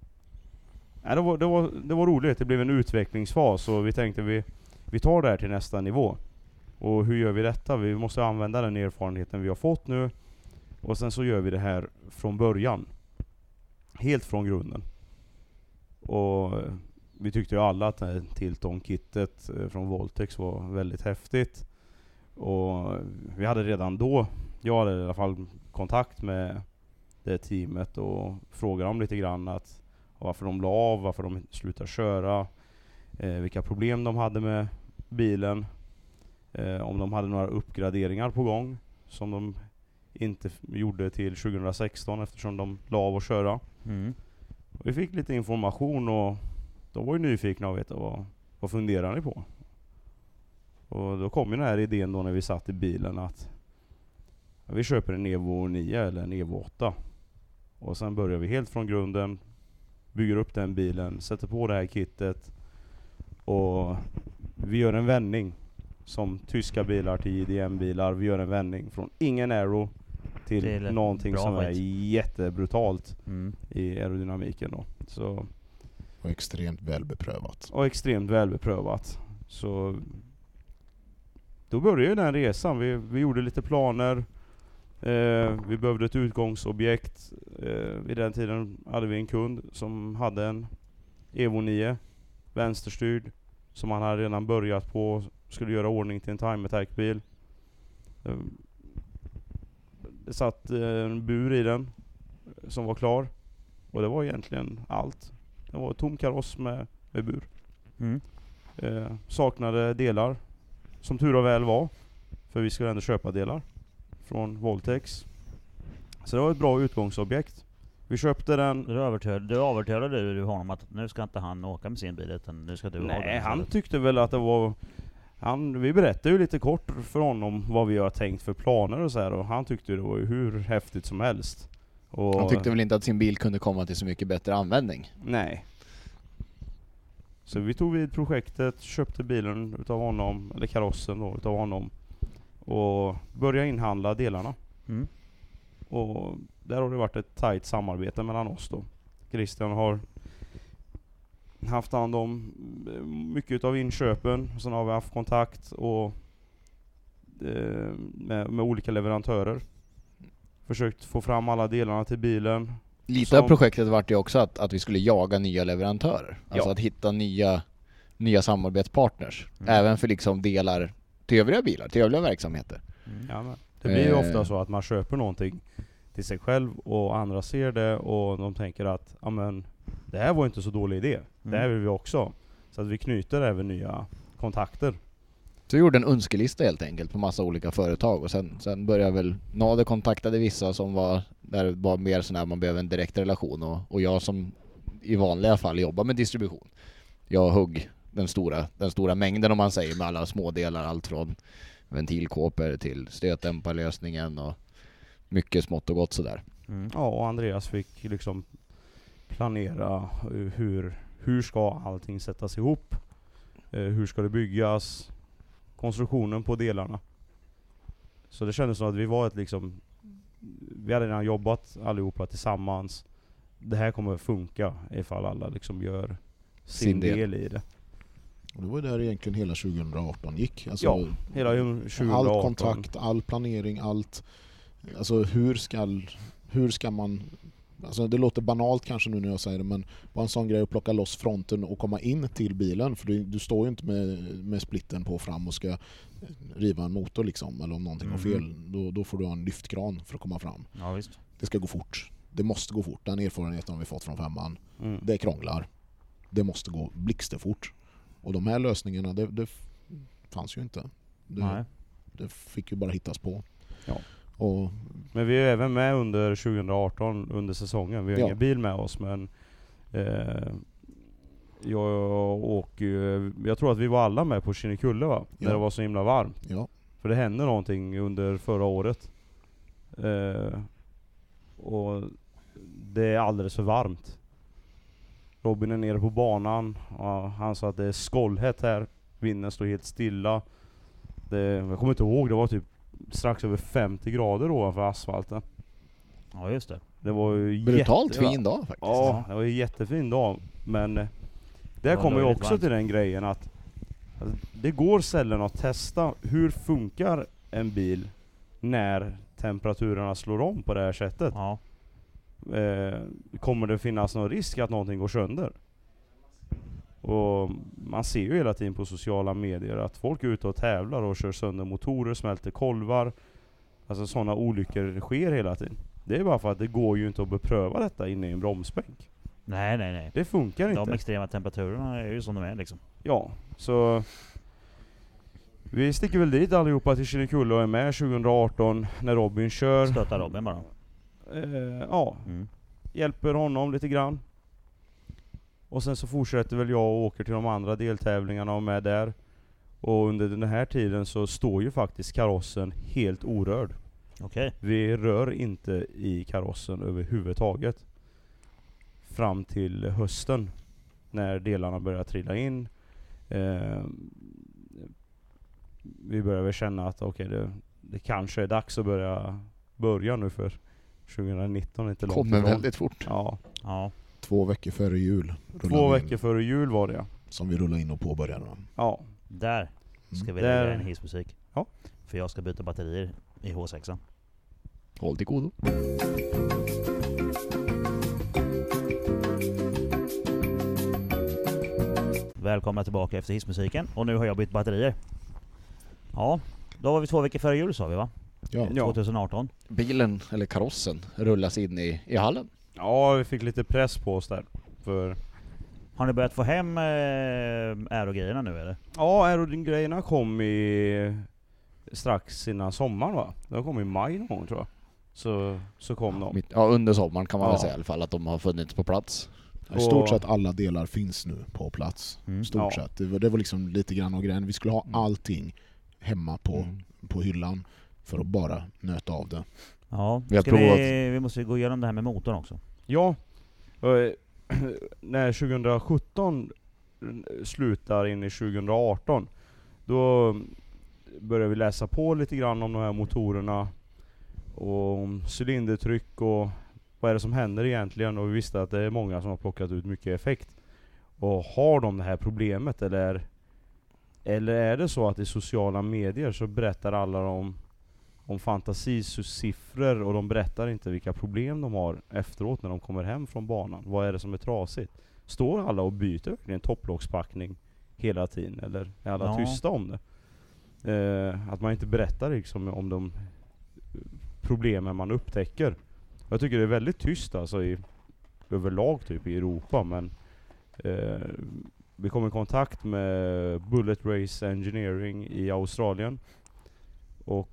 var roligt. Det blev en utvecklingsfas och vi tänkte vi tar det här till nästa nivå. Och hur gör vi detta? Vi måste använda den erfarenheten vi har fått nu och sen så gör vi det här från början. Helt från grunden. Och vi tyckte ju alla att det här Tilton-kittet från Voltex var väldigt häftigt. Och vi hade redan då, jag hade i alla fall kontakt med det teamet och frågade dem lite grann att varför de la av, varför de slutade köra, vilka problem de hade med bilen, om de hade några uppgraderingar på gång som de inte gjorde till 2016 eftersom de la av att köra. Mm. Vi fick lite information och de var ju nyfikna att veta vad funderar ni på? Och då kom ju den här idén då när vi satt i bilen att vi köper en Evo 9 eller en Evo 8. Och sen börjar vi helt från grunden, bygger upp den bilen, sätter på det här kittet och vi gör en vändning som tyska bilar till JDM-bilar. Vi gör en vändning från ingen aero till någonting som är jättebrutalt i aerodynamiken då. Så Och extremt välbeprövat. Och extremt välbeprövat. Så då började den resan. Vi gjorde lite planer. Vi behövde ett utgångsobjekt. Vid den tiden hade vi en kund som hade en Evo 9 vänsterstyrd som han hade redan börjat på, skulle göra ordning till en time attack bil. Det satt en bur i den som var klar och det var egentligen allt. Det var tom kaross med bur. Saknade delar som tur och väl var, för vi skulle ändå köpa delar från Voltex. Så det var ett bra utgångsobjekt. Vi köpte den. Du övertörde du honom att nu ska inte han åka med sin bil utan nu ska du ha den. Nej, han tyckte väl att det var... vi berättade ju lite kort för honom vad vi har tänkt för planer och så här, och han tyckte det var ju hur häftigt som helst. Och Han tyckte väl inte att sin bil kunde komma till så mycket bättre användning. nej. Så vi tog vid projektet, köpte bilen utav honom, eller karossen då utav honom, och började inhandla delarna. Och där har det varit ett tajt samarbete mellan oss då. Christian har haft hand om mycket av inköpen. Sen har vi haft kontakt och med olika leverantörer. Försökt få fram alla delarna till bilen. Lite av projektet var det också att vi skulle jaga nya leverantörer. Alltså att hitta nya samarbetspartners. Även för liksom delar till övriga bilar, till övriga verksamheter. Ja, men det blir ju ofta så att man köper någonting till sig själv och andra ser det och de tänker att amen, det här var inte så dålig idé. Det här vill vi också. Så att vi knyter även nya kontakter. Så vi gjorde en önskelista helt enkelt på massa olika företag och sen började väl Nader kontaktade vissa som var där det var mer sån här man behöver en direkt relation och jag som i vanliga fall jobbar med distribution. Jag hugg den stora mängden om man säger med alla smådelar, allt från ventilkåpor till stötdämparlösningen och mycket smått och gott sådär. Ja, och Andreas fick liksom planera hur ska allting sättas ihop, hur ska det byggas, konstruktionen på delarna. Så det kändes som att vi var ett liksom, vi hade redan jobbat allihopa tillsammans. Det här kommer att funka ifall alla liksom gör sin del i det. Och det var där egentligen hela 2018 gick. Alltså, ja, hela 2018. Allt kontakt, all planering, allt. Alltså hur ska man... Alltså det låter banalt kanske nu när jag säger det, men bara en sån grej att plocka loss fronten och komma in till bilen. För du står ju inte med splitten på fram och ska riva en motor liksom, eller om någonting har fel. Då får du ha en lyftkran för att komma fram. Ja, visst. Det ska gå fort. Det måste gå fort. Den erfarenheten har vi fått från femman. Det krånglar. Det måste gå blixtfort. Och de här lösningarna, det fanns ju inte. Det fick ju bara hittas på. Ja. Och men vi är även med under 2018 under säsongen. Vi har ingen bil med oss, men jag tror att vi var alla med på Kinnekulle, va? Ja. När det var så himla varmt. Ja. För det hände någonting under förra året. Och det är alldeles för varmt. Robin är nere på banan. Han sa att det är skållhett här. Vinden står helt stilla. Jag kommer inte ihåg, det var typ strax över 50 grader ovanför asfalten. Ja, just det. Det var ju Brutalt fin dag faktiskt. Ja, det var ju jättefin dag. Men där Ja, kommer det ju var också varmt. till den grejen att det går sällan att testa hur funkar en bil när temperaturerna slår om på det här sättet. Ja. Kommer det finnas någon risk att någonting går sönder? Och man ser ju hela tiden på sociala medier att folk är ute och tävlar och kör sönder motorer, smälter kolvar. Alltså sådana olyckor sker hela tiden. Det är bara för att det går ju inte att bepröva detta inne i en bromsbänk. Nej. Det funkar inte. De extrema temperaturerna är ju som de är liksom. Ja, så vi sticker väl dit allihopa till Kinnekulle och är med 2018 när Robin kör. Stötta Robin bara. Ja, Mm. hjälper honom lite grann. Och sen så fortsätter väl jag och åker till de andra deltävlingarna och med där. Och under den här tiden så står ju faktiskt karossen helt orörd. Okej. Vi rör inte i karossen överhuvudtaget. Fram till hösten. När delarna börjar trilla in. Vi börjar väl känna att det kanske är dags att börja nu för 2019 är inte långt Kommer ifrån. väldigt fort. Ja, Ja. 2 veckor före jul. 2 veckor före jul var det. Som vi rullar in och påbörjar. Ja, Där ska vi Där- lägga en hissmusik. Ja. För jag ska byta batterier i H6. Håll till godo. Välkomna tillbaka efter hissmusiken. Och nu har jag bytt batterier. Ja, då var vi 2 veckor före jul sa vi va? Ja. Ja. 2018. Bilen, eller karossen, rullas in i hallen. ja, vi fick lite press på oss där. För Har ni börjat få hem aerogrejerna nu eller? ja, aerodyn-grejerna kom strax innan sommaren, va? De kom i maj någon gång, tror jag. Så kom de. Under sommaren kan man Ja. väl säga i alla fall att de har funnits på plats. I stort sett alla delar finns nu på plats. Mm. Stort Ja. sett. Det var liksom lite grann av grejen. Vi skulle ha allting hemma Mm. på hyllan för att bara nöta av det. Ja, Vi har ska provat. vi måste gå igenom det här med motorn också. Ja, när 2017 slutar in i 2018, då börjar vi läsa på lite grann om de här motorerna och om cylindertryck och vad är det som händer egentligen, och vi visste att det är många som har plockat ut mycket effekt. Och har de det här problemet, eller är det så att i sociala medier så berättar alla om fantasisiffror och de berättar inte vilka problem de har efteråt när de kommer hem från banan. Vad är det som är trasigt? Står alla och byter verkligen topplockspackning hela tiden, eller är alla Ja. tysta om det? Att man inte berättar liksom om de problemen man upptäcker. Jag tycker det är väldigt tyst alltså överlag typ i Europa, men vi kom i kontakt med Bullet Race Engineering i Australien. Och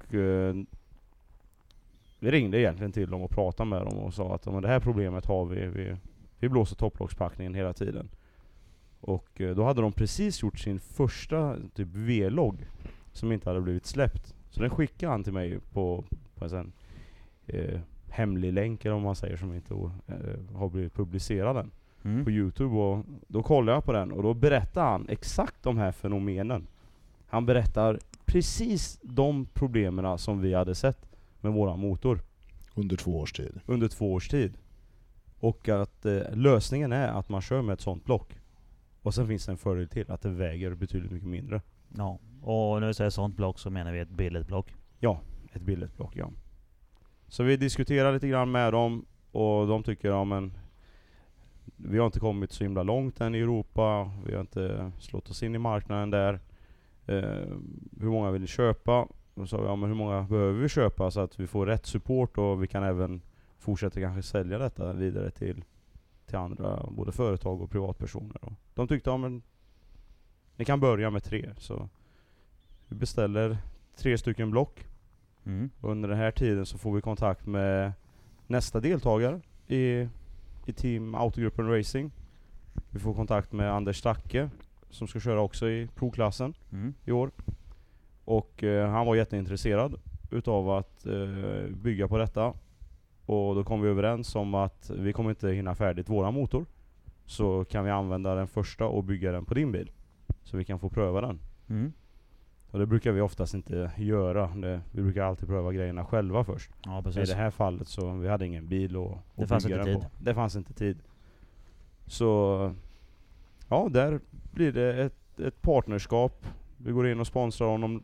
vi ringde egentligen till dem och pratade med dem och sa att det här problemet har vi blåser topplockspackningen hela tiden. Och då hade de precis gjort sin första typ V-logg som inte hade blivit släppt. Så den skickade han till mig på en sån, hemlig länk eller om man säger, som inte har blivit publicerad än på YouTube. Och då kollade jag på den och då berättar han exakt de här fenomenen. Han berättar precis de problemen som vi hade sett med våran motor Under 2 års tid. under 2 års tid. Och att lösningen är att man kör med ett sånt block. Och sen finns det en fördel till, att det väger betydligt mycket mindre. Ja, och när vi säger sånt block så menar vi ett billigt block. Ja, ett billigt block, ja. Så vi diskuterar lite grann med dem och de tycker, ja men vi har inte kommit så himla långt än i Europa. Vi har inte slått oss in i marknaden där. Hur många vill ni köpa? Och så sa vi, ja men hur många behöver vi köpa så att vi får rätt support och vi kan även fortsätta kanske sälja detta vidare till andra, både företag och privatpersoner. Och de tyckte, ja men ni kan börja med 3. Så vi beställer 3 stycken block. Och under den här tiden så får vi kontakt med nästa deltagare i Team Autogruppen Racing. Vi får kontakt med Anders Stacke som ska köra också i provklassen i år. Och han var jätteintresserad utav att bygga på detta. Och då kom vi överens om att vi kommer inte hinna färdigt våra motor. Så kan vi använda den första och bygga den på din bil. Så vi kan få pröva den. Och det brukar vi oftast inte göra. Vi brukar alltid pröva grejerna själva först. Ja, precis. I det här fallet så vi hade ingen bil och det fanns bygga inte den tid. på. Det fanns inte tid. Så ja, där blir det ett partnerskap. Vi går in och sponsrar honom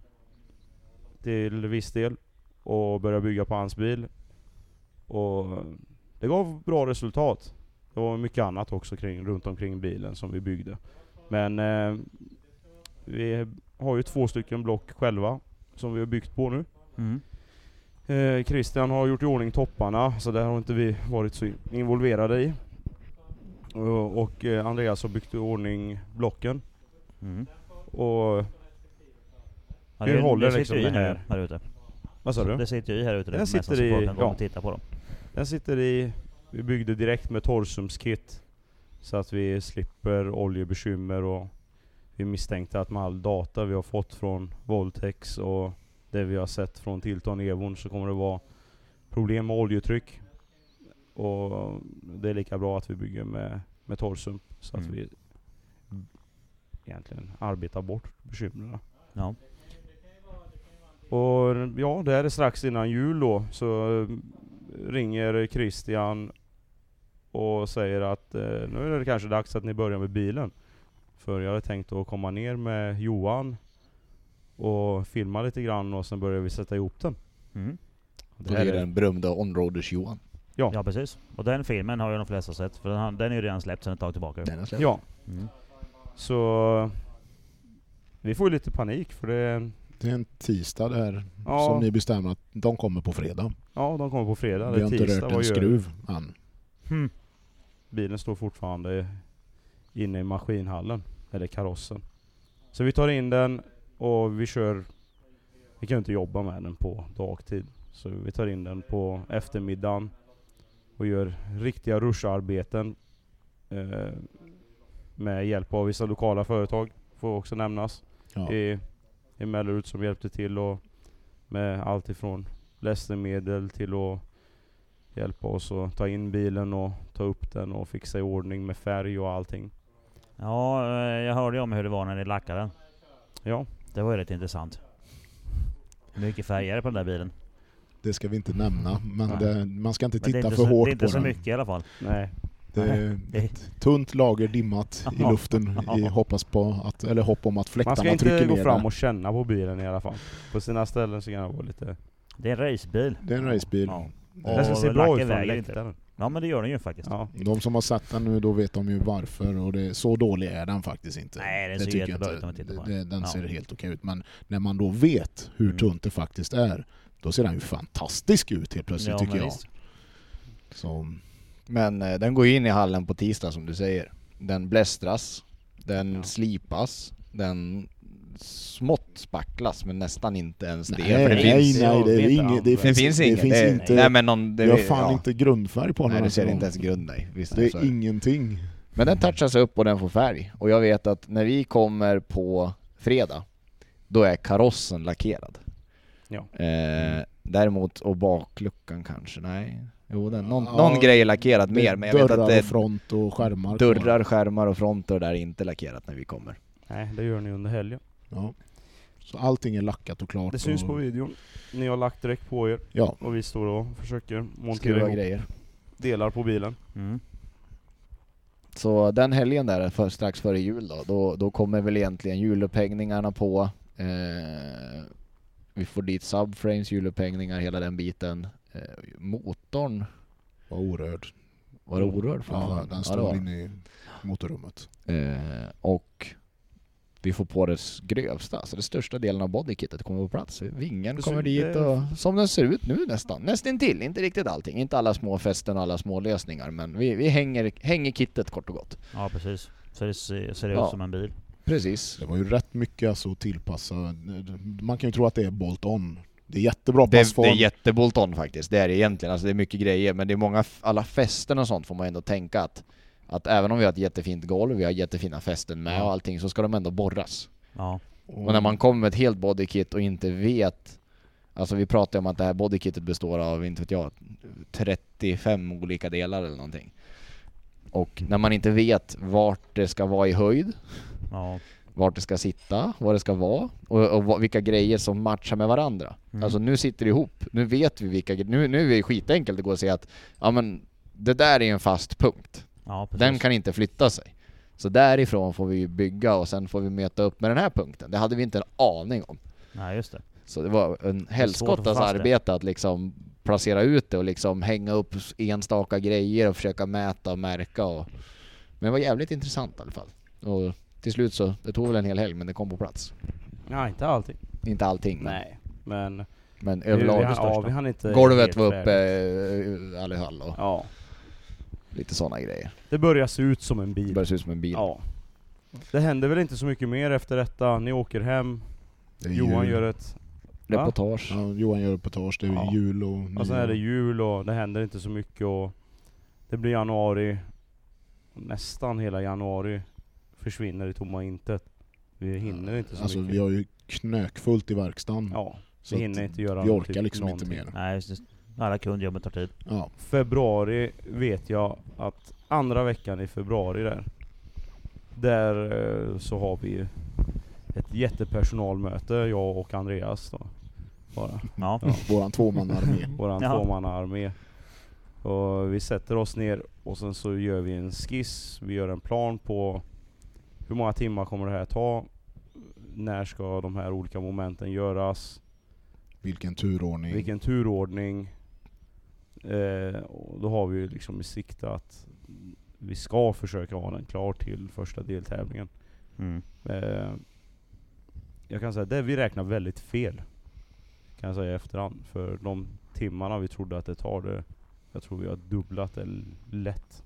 till viss del och börjar bygga på hans bil. Och det gav bra resultat. Det var mycket annat också runt omkring bilen som vi byggde. Men vi har ju 2 stycken block själva som vi har byggt på nu. Christian har gjort i ordning topparna, så där har inte vi varit så involverade i. Och Andreas har byggt i ordning blocken. Och hur håller det liksom sitter det ju här ute. Vad sa du? Det sitter ju här ute. Den sitter i, och titta på dem. Den sitter i, vi byggde direkt med torrsumskit så att vi slipper oljebekymmer, och vi misstänkte att med all data vi har fått från Voltex och det vi har sett från Tilton Evon så kommer det vara problem med oljetryck, och det är lika bra att vi bygger med torrsump så att vi egentligen arbetar bort bekymren. Ja. Och ja, det är strax innan jul då, så ringer Christian och säger att nu är det kanske dags att ni börjar med bilen. För jag hade tänkt att komma ner med Johan och filma lite grann och sen börjar vi sätta ihop den. Det är den berömda Onroaders Johan. Ja, precis. Och den filmen har ju de flesta sett, för den är ju redan släppt sedan ett tag tillbaka. Den är släppt. Ja. Så vi får ju lite panik för det är en tisdag där som ni bestämmer att de kommer på fredag. Ja, de kommer på fredag. Vi har inte rört en skruv än. Bilen står fortfarande inne i maskinhallen, eller karossen. Så vi tar in den och vi kör. Vi kan inte jobba med den på dagtid. Så vi tar in den på eftermiddagen och gör riktiga rusharbeten med hjälp av vissa lokala företag, får också nämnas. Ja. I Mellerud som hjälpte till och med allt ifrån lästermedel till att hjälpa oss att ta in bilen och ta upp den och fixa i ordning med färg och allting. Ja, jag hörde ju om hur det var när ni lackade den. Ja. Det var ju rätt intressant. Mycket färger på den där bilen. Det ska vi inte nämna, men man ska inte titta inte för hårt på den. Det är inte så mycket i alla fall. Nej. Det är ett tunt lager dimmat i luften i hopp om att fläktarna trycker ner. Man ska inte gå fram och känna på bilen i alla fall. På sina ställen så kan det vara lite... Det är en racebil. Det är en racebil. Ja. Det ska se bra ut från läktaren. Ja, men det gör den ju faktiskt. Ja. De som har sett den nu, då vet de ju varför, och så dålig är den faktiskt inte. Nej, den ser jättebra ut om man tittar på den. Den ser helt okej ut, men när man då vet hur tunt det faktiskt är, då ser den ju fantastisk ut helt plötsligt, tycker jag. Så. Men den går in i hallen på tisdag som du säger. Den blästras, den slipas, den smått spacklas, men nästan inte ens det. Det finns inget. Nej, men det har fan inte grundfärg på den. Nej, det ser inte ens grund. Nej. Visst, det är ingenting. Men den touchas upp och den får färg. Och jag vet att när vi kommer på fredag, då är karossen lackerad. Ja. Däremot, och bakluckan kanske, nej. Jo, någon grej är lackerad mer, men jag vet att det är front och skärmar. Dörrar, skärmar och fronter där är inte lackerat när vi kommer. Nej, det gör ni under helgen. Ja. Så allting är lackat och klart. Det syns på videon. Ni har lagt direkt på er. Ja. Och vi står och försöker montera ihop grejer. Delar på bilen. Så den helgen där, strax före jul då kommer väl egentligen hjulupphängningarna på. Vi får dit subframes, hjulupphängningar, hela den biten. Motorn var orörd. Var det orörd? Ja, den står inne i motorrummet. Och vi får på det grövsta. Så det största delen av bodykitet kommer på plats. Vingen kommer dit och som den ser ut nu nästan till. Inte riktigt allting. Inte alla små fästen och alla små lösningar. Men vi hänger kittet kort och gott. Ja, precis. Så det ser ut som en bil. Precis. Det var ju rätt mycket alltså tillpassa. Man kan ju tro att det är bolt-on. Det är jättebra passform. Det är jättebolt-on faktiskt. Det är det egentligen. Alltså det är mycket grejer. Men det är alla fästen och sånt får man ändå tänka att Att även om vi har ett jättefint golv, vi har jättefina fästen med och allting, så ska de ändå borras. Ja. Och när man kommer med ett helt bodykit och inte vet, alltså vi pratar om att det här bodykitet består av, inte vet jag, 35 olika delar eller någonting. Och när man inte vet vart det ska vara i höjd, vart det ska sitta, vad det ska vara och vilka grejer som matchar med varandra. Alltså nu sitter det ihop. Nu vet vi vilka, nu är det skitenkelt att gå och säga att ja, men det där är en fast punkt. Ja, den kan inte flytta sig. Så därifrån får vi bygga och sen får vi möta upp med den här punkten. Det hade vi inte en aning om. Nej, just det. Så det var en helskottas arbete att liksom placera ut det och liksom hänga upp enstaka grejer och försöka mäta och märka. Men det var jävligt intressant i alla fall. Och till slut så, det tog väl en hel helg, men det kom på plats. Nej, inte allting. Inte allting. Nej, men överlag vi hann inte. Golvet var uppe i hall och ja. Lite sådana grejer. Det börjar se ut som en bil. Det börjar se ut som en bil. Ja. Det händer väl inte så mycket mer efter detta. Ni åker hem. Johan gör ett reportage. Ja, Johan gör reportage. Det är jul och sen är det jul och det händer inte så mycket och det blir januari. Nästan hela januari försvinner i tomma intet. Vi hinner inte så mycket. Vi har ju knökfullt i verkstaden. Ja, vi hinner inte göra vi orkar liksom någonting. inte mer. Nej, just alla kundjobben tar tid. Ja. Februari vet jag att andra veckan i februari där så har vi ett jättepersonalmöte, jag och Andreas då. Bara. Ja. Våran tvåmannaarmé. Tvåmannaarmé. Och vi sätter oss ner och sen så gör vi en skiss, vi gör en plan på hur många timmar kommer det här ta, när ska de här olika momenten göras, vilken turordning. Och då har vi liksom i sikte att vi ska försöka ha den klar till första deltävlingen. Jag kan säga att vi räknar väldigt fel, kan jag säga i efterhand, för de timmarna vi trodde att det tar det. Jag tror vi har dubblat det lätt.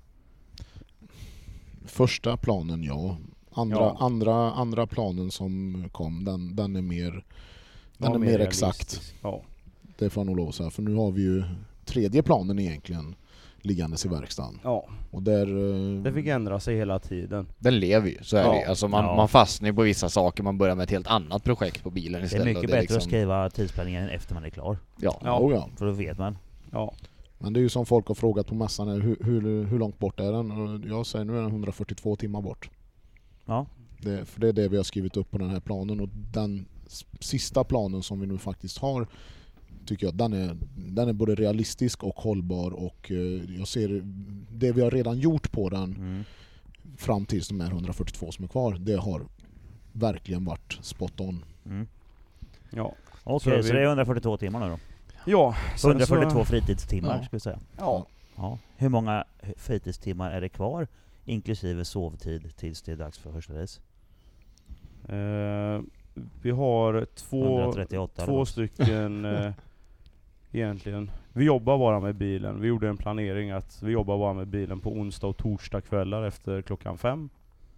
Första planen, ja. Andra planen som kom, den är mer exakt. Ja. Det får jag nog lov att säga. För nu har vi ju tredje planen egentligen liggandes i verkstaden. Ja. Och det fick ändra sig hela tiden. Den lever ju, så är det. Alltså man fastnar på vissa saker, man börjar med ett helt annat projekt på bilen istället. Det är mycket bättre att skriva tidsplaneringen efter man är klar. Ja. För då vet man. Ja. Men det är ju som folk har frågat på mässan, hur långt bort är den? Och jag säger nu är den 142 timmar bort. Ja. För det är det vi har skrivit upp på den här planen. Och den sista planen som vi nu faktiskt har, tycker jag, den är både realistisk och hållbar. Och jag ser det vi har redan gjort på den fram tills de här 142 som är kvar, det har verkligen varit spot on. Ja. Okej, så det är 142 timmar nu då? Ja. 142 fritidstimmar ska vi säga. Ja. Hur många fritidstimmar är det kvar, inklusive sovtid, tills det är dags för första race? Vi har två stycken egentligen. Vi jobbar bara med bilen. Vi gjorde en planering att vi jobbar bara med bilen på onsdag och torsdag kvällar efter klockan 5.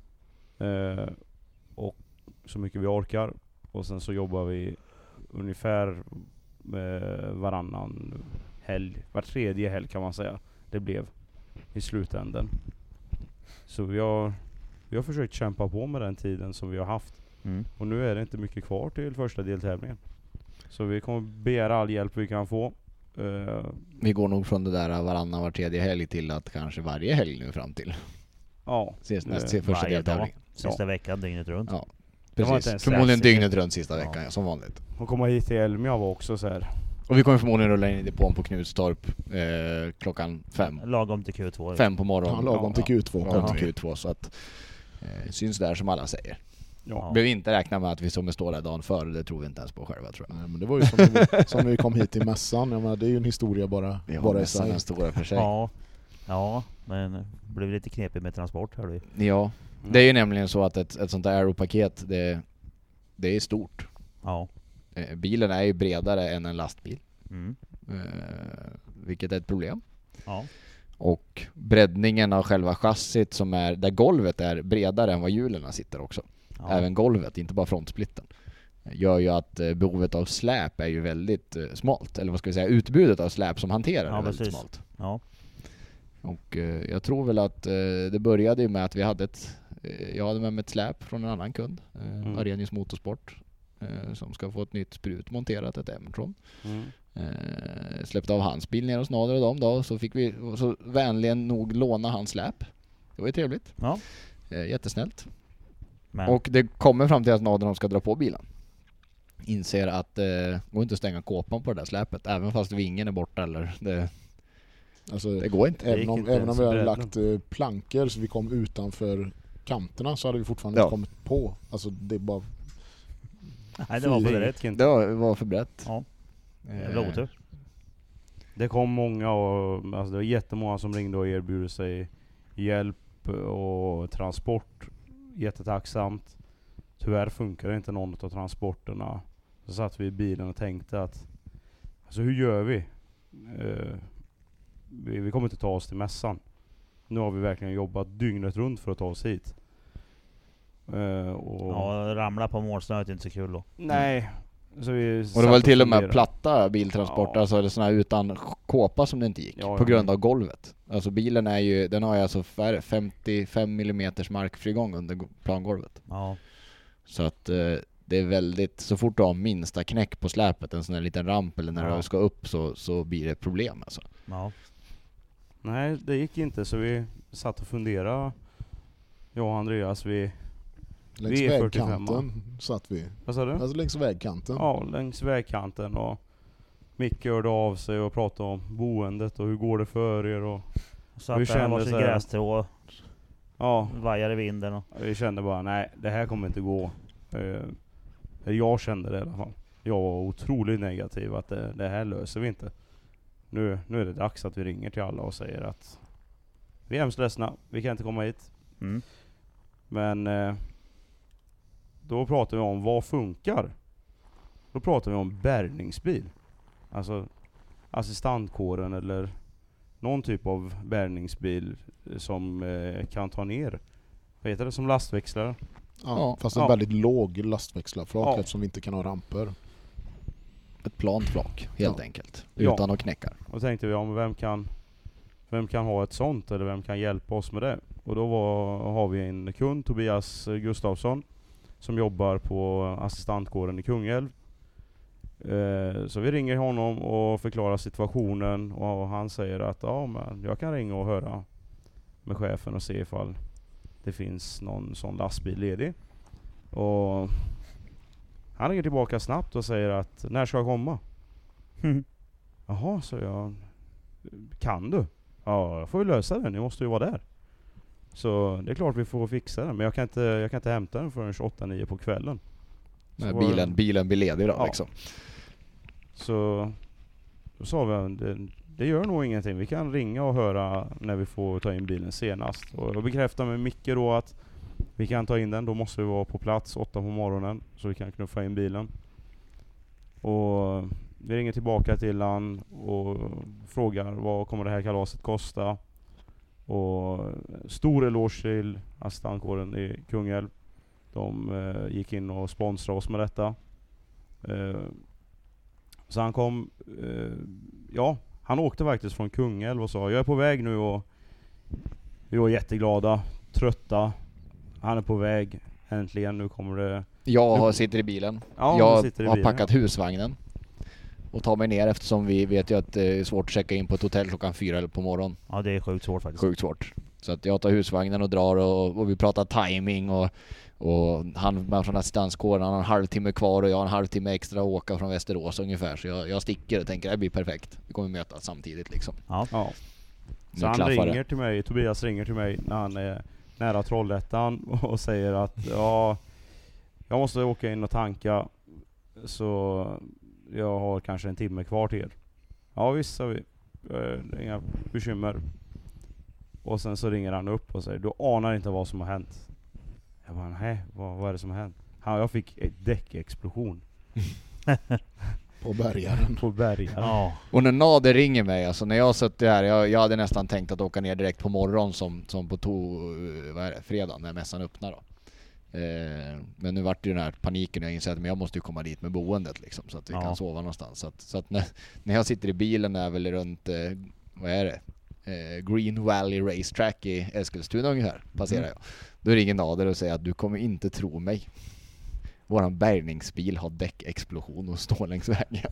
Och så mycket vi orkar. Och sen så jobbar vi ungefär varannan helg. Var tredje helg kan man säga. Det blev i slutänden. Så vi har försökt kämpa på med den tiden som vi har haft. Och nu är det inte mycket kvar till första deltävlingen. Så vi kommer begära all hjälp vi kan få. Vi går nog från det där varannan var tredje helg till att kanske varje helg nu fram till. Ja. Första deltävlingen. Sista veckan, dygnet runt. Ja, precis. Förmodligen dygnet runt sista veckan, som vanligt. Och komma hit till Elmia var också så här. Och vi kommer förmodligen rulla in i depån på Knutstorp klockan 5. Lagom till Q2. 5 på morgonen. Ja, lagom till Q2. Lagom till Q2, så att syns där som alla säger. Ja. Behöver inte räkna med att vi som står där dagen före, det tror vi inte ens på själva, tror jag. Nej, men det var ju som när vi kom hit till mässan. Jag menar, det är ju en historia bara i sig. En stora för sig. Ja, men det blev lite knepigt med transport, hör du. Ja, det är ju nämligen så att ett sånt där aeropaket, det är stort. Ja. Bilen är ju bredare än en lastbil. Vilket är ett problem. Ja. Och breddningen av själva chassit som är, där golvet är bredare än vad hjulen sitter också. Ja. Även golvet, inte bara frontsplitten. Gör ju att behovet av släp är ju väldigt smalt. Eller vad ska vi säga, utbudet av släp som hanterar är väldigt smalt. Ja. Och jag tror väl att det började ju med att vi hade jag hade med mig ett släp från en annan kund, Arrhenius Motorsport, som ska få ett nytt sprut monterat, ett Emtron. Släppte av hans bil ner hos Nader och dem då, så fick vi så vänligen nog låna hans släp. Det var ju trevligt. Ja. Jättesnällt. Men. Och det kommer fram till att Nader och de ska dra på bilen. Inser att det går inte att stänga kåpan på det där släpet, även fast vingen är borta eller Alltså, det går inte. även om vi hade lagt plankor så vi kom utanför kanterna, så hade vi fortfarande inte kommit på. Alltså det är bara... Nej, det var för rätt. Det var för brett. Ja. Det var otur. Det kom många och alltså det var jättemånga som ringde och erbjöd sig hjälp och transport. Jättetacksamt. Tyvärr funkar inte någon av transporterna. Så satt vi i bilen och tänkte att alltså hur gör vi? Vi kommer inte ta oss till mässan. Nu har vi verkligen jobbat dygnet runt för att ta oss hit. Ramla på målsnöret är inte så kul då. Nej. Så vi och det var väl till och med platta biltransporter, alltså eller såna här utan kåpa som det inte gick på grund av golvet. Alltså bilen är ju, den har ju alltså 55 mm markfrigång under plangolvet. Ja. Så att det är väldigt, så fort du har minsta knäck på släpet, en sån här liten ramp eller när du ska upp så blir det ett problem alltså. Ja. Nej, det gick inte, så vi satt och funderade. Jag och Andreas, längs vägkanten satt vi. Vad sa du? Alltså längs vägkanten. Ja, längs vägkanten, och Micke hörde av sig och pratade om boendet och hur går det för er, och så att det var sin grästrå. Ja. Vajar i vinden och vi kände bara nej, det här kommer inte gå. Jag kände det i alla fall. Jag var otroligt negativ att det här löser vi inte. Nu är det dags att vi ringer till alla och säger att vi är hemskt ledsna, vi kan inte komma hit. Men då pratar vi om vad funkar. Då pratar vi om bärgningsbil. Alltså assistantkåren eller någon typ av bärgningsbil som kan ta ner. Vad heter det, som lastväxlare? Ja, fast en väldigt låg lastväxlarflak eftersom vi inte kan ha ramper. Ett plant flak helt enkelt, utan att knäcka. Och tänkte vi om vem kan ha ett sånt, eller vem kan hjälpa oss med det? Och då har vi en kund, Tobias Gustafsson, som jobbar på assistantkåren i Kungälv. Så vi ringer honom och förklarar situationen, och han säger att men jag kan ringa och höra med chefen och se ifall det finns någon sån lastbil ledig. Och han ringer tillbaka snabbt och säger att när ska jag komma? Jaha, så jag, kan du? Ja, jag får ju lösa det, ni måste ju vara där. Så det är klart vi får fixa det, men jag kan inte hämta den förrän 8-9 på kvällen. Nej, bilen blir ledig då liksom. Så då sa vi det gör nog ingenting. Vi kan ringa och höra när vi får ta in bilen senast. Och jag bekräftar med Micke då att vi kan ta in den. Då måste vi vara på plats 8 på morgonen så vi kan knuffa in bilen. Och vi ringer tillbaka till han och frågar vad kommer det här kalaset kosta. Och stor eloge till assistantkåren i Kungälv. De gick in och sponsrade oss med detta. Så han kom, han åkte faktiskt från Kungälv och sa jag är på väg nu, och vi var jätteglada, trötta. Han är på väg, äntligen, nu kommer det. Jag sitter i bilen. Jag har packat husvagnen och tar mig ner, eftersom vi vet ju att det är svårt att checka in på ett hotell klockan 4 eller på morgonen. Ja, det är sjukt svårt faktiskt. Sjukt svårt. Så att jag tar husvagnen och drar och vi pratar timing och han från assistanskåren, han har en halvtimme kvar och jag har en halvtimme extra att åka från Västerås ungefär. Så jag sticker och tänker det blir perfekt. Vi kommer mötas samtidigt liksom. Ja. Så han ringer till mig, Tobias ringer till mig när han är nära Trollhättan och säger att jag måste åka in och tanka, så jag har kanske en timme kvar till er. Ja visst, sa vi. Inga bekymmer. Och sen så ringer han upp och säger du anar inte vad som har hänt. Jag bara, nej, vad är det som har hänt? Jag fick ett däckexplosion. På bärgaren. På bärgaren. Ja. Och när Nader ringer mig, alltså när jag suttit här, jag hade nästan tänkt att åka ner direkt på morgon som på fredag när mässan öppnar då. Men nu vart det ju den här paniken, jag insåg att jag måste ju komma dit med boendet liksom, så att vi kan sova någonstans. Så att när jag sitter i bilen är väl runt, vad är det? Green Valley Racetrack i Eskilstuna ungefär, passerar jag. Då ringer Nader och säger att du kommer inte tro mig. Våran bärgningsbil har däckexplosion och står längs vägen.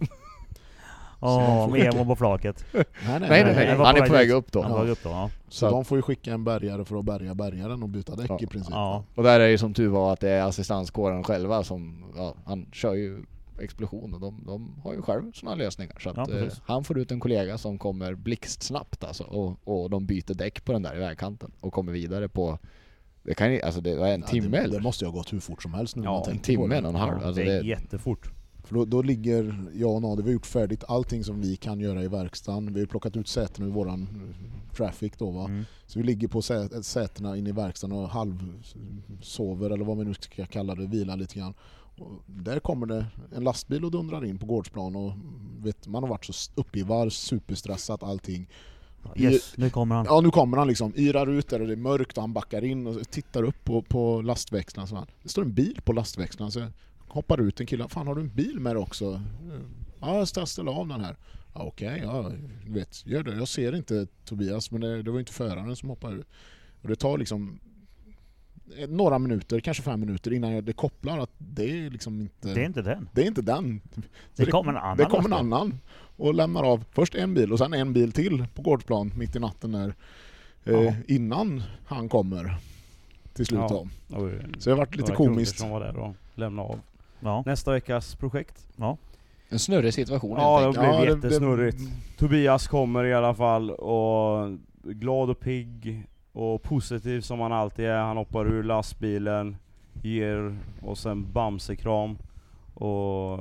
Med Evo på flaket. Nej. Han är på väg upp då. Han var upp då, ja. Så de får ju skicka en bärgare för att bärga bärgaren och byta däck i princip. Ja. Och där är ju som tur var att det är assistanskåren själva som, han kör ju explosion och de har ju själv såna lösningar. Så att, han får ut en kollega som kommer blixtsnabbt alltså, och de byter däck på den där i vägkanten och kommer vidare på, det kan ju, alltså det var en timme eller? Det måste ju ha gått hur fort som helst nu. En timme, en och en halv. Alltså det är jättefort. För då ligger jag och Nader, vi har gjort färdigt allting som vi kan göra i verkstaden. Vi har plockat ut sätena ur våran traffic då va. Så vi ligger på sätena inne i verkstaden och halvsover eller vad vi nu ska kalla det, vila lite grann. Och där kommer det en lastbil och dundrar in på gårdsplan och man har varit så uppe i varv, superstressat allting. Yes, nu kommer han. Ja, nu kommer han liksom, yrar ut där och det är mörkt och han backar in och tittar upp på lastväxlarna. Så det står en bil på lastväxlarna så jag hoppar ut en kille. Fan, har du en bil med också? Ja, jag ska ställa av den här. Ja, okej, ja, vet, gör det. Jag ser inte Tobias, men det var inte föraren som hoppar ut. Och det tar liksom några minuter, kanske 5 minuter innan det kopplar att det är liksom inte... Det är inte den. Det är inte den. Det kommer en annan. Det kommer en annan och lämnar av först en bil och sen en bil till på gårdsplan mitt i natten där innan han kommer till slut om. Så det har varit lite komiskt. Som var där och lämna av. Ja. Nästa veckas projekt. Ja. En snurrig situation. Ja, det blev jättesnurrigt. Tobias kommer i alla fall och glad och pigg och positiv som han alltid är. Han hoppar ur lastbilen, ger och sen bamsekram och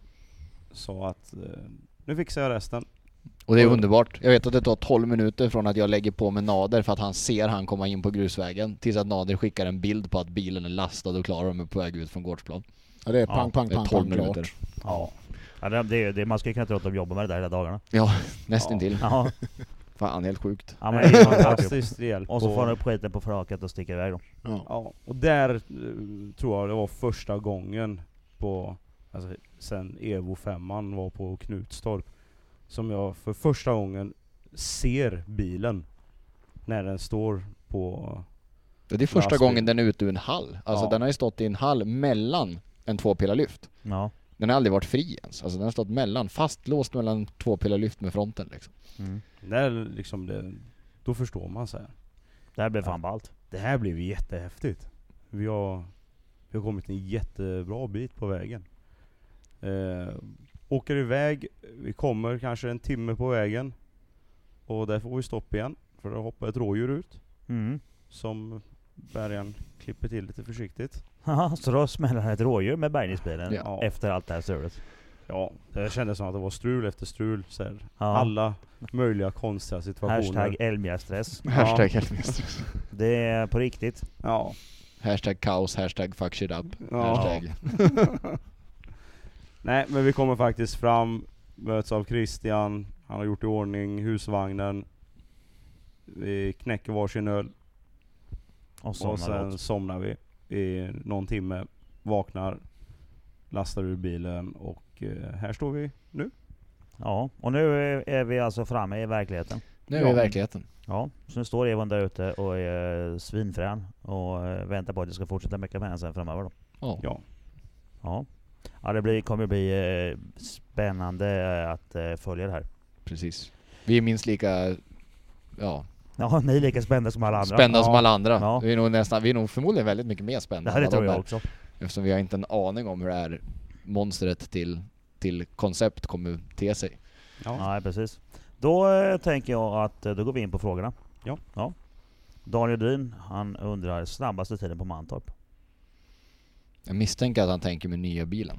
sa att nu fixar jag resten. Och det är underbart. Jag vet att det tar 12 minuter från att jag lägger på med Nader för att han ser han komma in på grusvägen tills att Nader skickar en bild på att bilen är lastad och klar och de är på väg ut från gårdsplan. Ja, det är pang, pang, pang, 12 klart. minuter. Ja. Det man ska ju kunna tro att de jobbar med det där hela dagarna. Ja, nästintill. Ja. Fan, helt sjukt. Ja, men det är fantastiskt hjälp. Och så får han upp skiten på fraket och sticker iväg då. Ja, och där tror jag det var första gången på, alltså sen Evo 5 var på Knutstorp som jag för första gången ser bilen när den står på. Det är första gången den är ute ur en hall. Alltså den har ju stått i en hall mellan en tvåpilarlyft. Ja. Den har aldrig varit fri ens. Alltså den har stått mellan, fastlåst mellan tvåpilarlyft med fronten liksom. Det är liksom det, då förstår man sig. Det här blev fan ballt. Det här blev jättehäftigt. Vi har kommit en jättebra bit på vägen. Åker iväg, vi kommer kanske en timme på vägen och där får vi stopp igen för att hoppa ett rådjur ut som bärgaren klipper till lite försiktigt. Så då smäller han ett rådjur med bärgningsbilen efter allt det här strulet. Ja, det kändes som att det var strul efter strul. Så här. Alla möjliga konstiga situationer. Hashtag Elmia-stress. Hashtag Elmia-stress. Det är på riktigt. Ja. Hashtag kaos, hashtag fuck shit up. Ja. Hashtag. Nej, men vi kommer faktiskt fram, möts av Christian. Han har gjort i ordning husvagnen. Vi knäcker varsin öl. Och sen somnar vi i någon timme. Vaknar, lastar ur bilen och här står vi nu. Ja, och nu är vi alltså framme i verkligheten. Nu är vi i verkligheten. Ja, så nu står Evon där ute och är svinfrän och väntar på att det ska fortsätta mecka med sen framöver då. Ja, det kommer bli spännande att följa det här. Precis. Vi är minst lika Ja, ni är lika spända som alla andra. Spända som alla andra. Ja. Vi är nog förmodligen väldigt mycket mer spända. Det tror jag också. Eftersom vi har inte en aning om hur det här monstret till koncept kommer te sig. Ja. Nej, precis. Då tänker jag att då går vi in på frågorna. Ja. Daniel Dyn, han undrar snabbaste tiden på Mantorp. Jag misstänker att han tänker med nya bilen.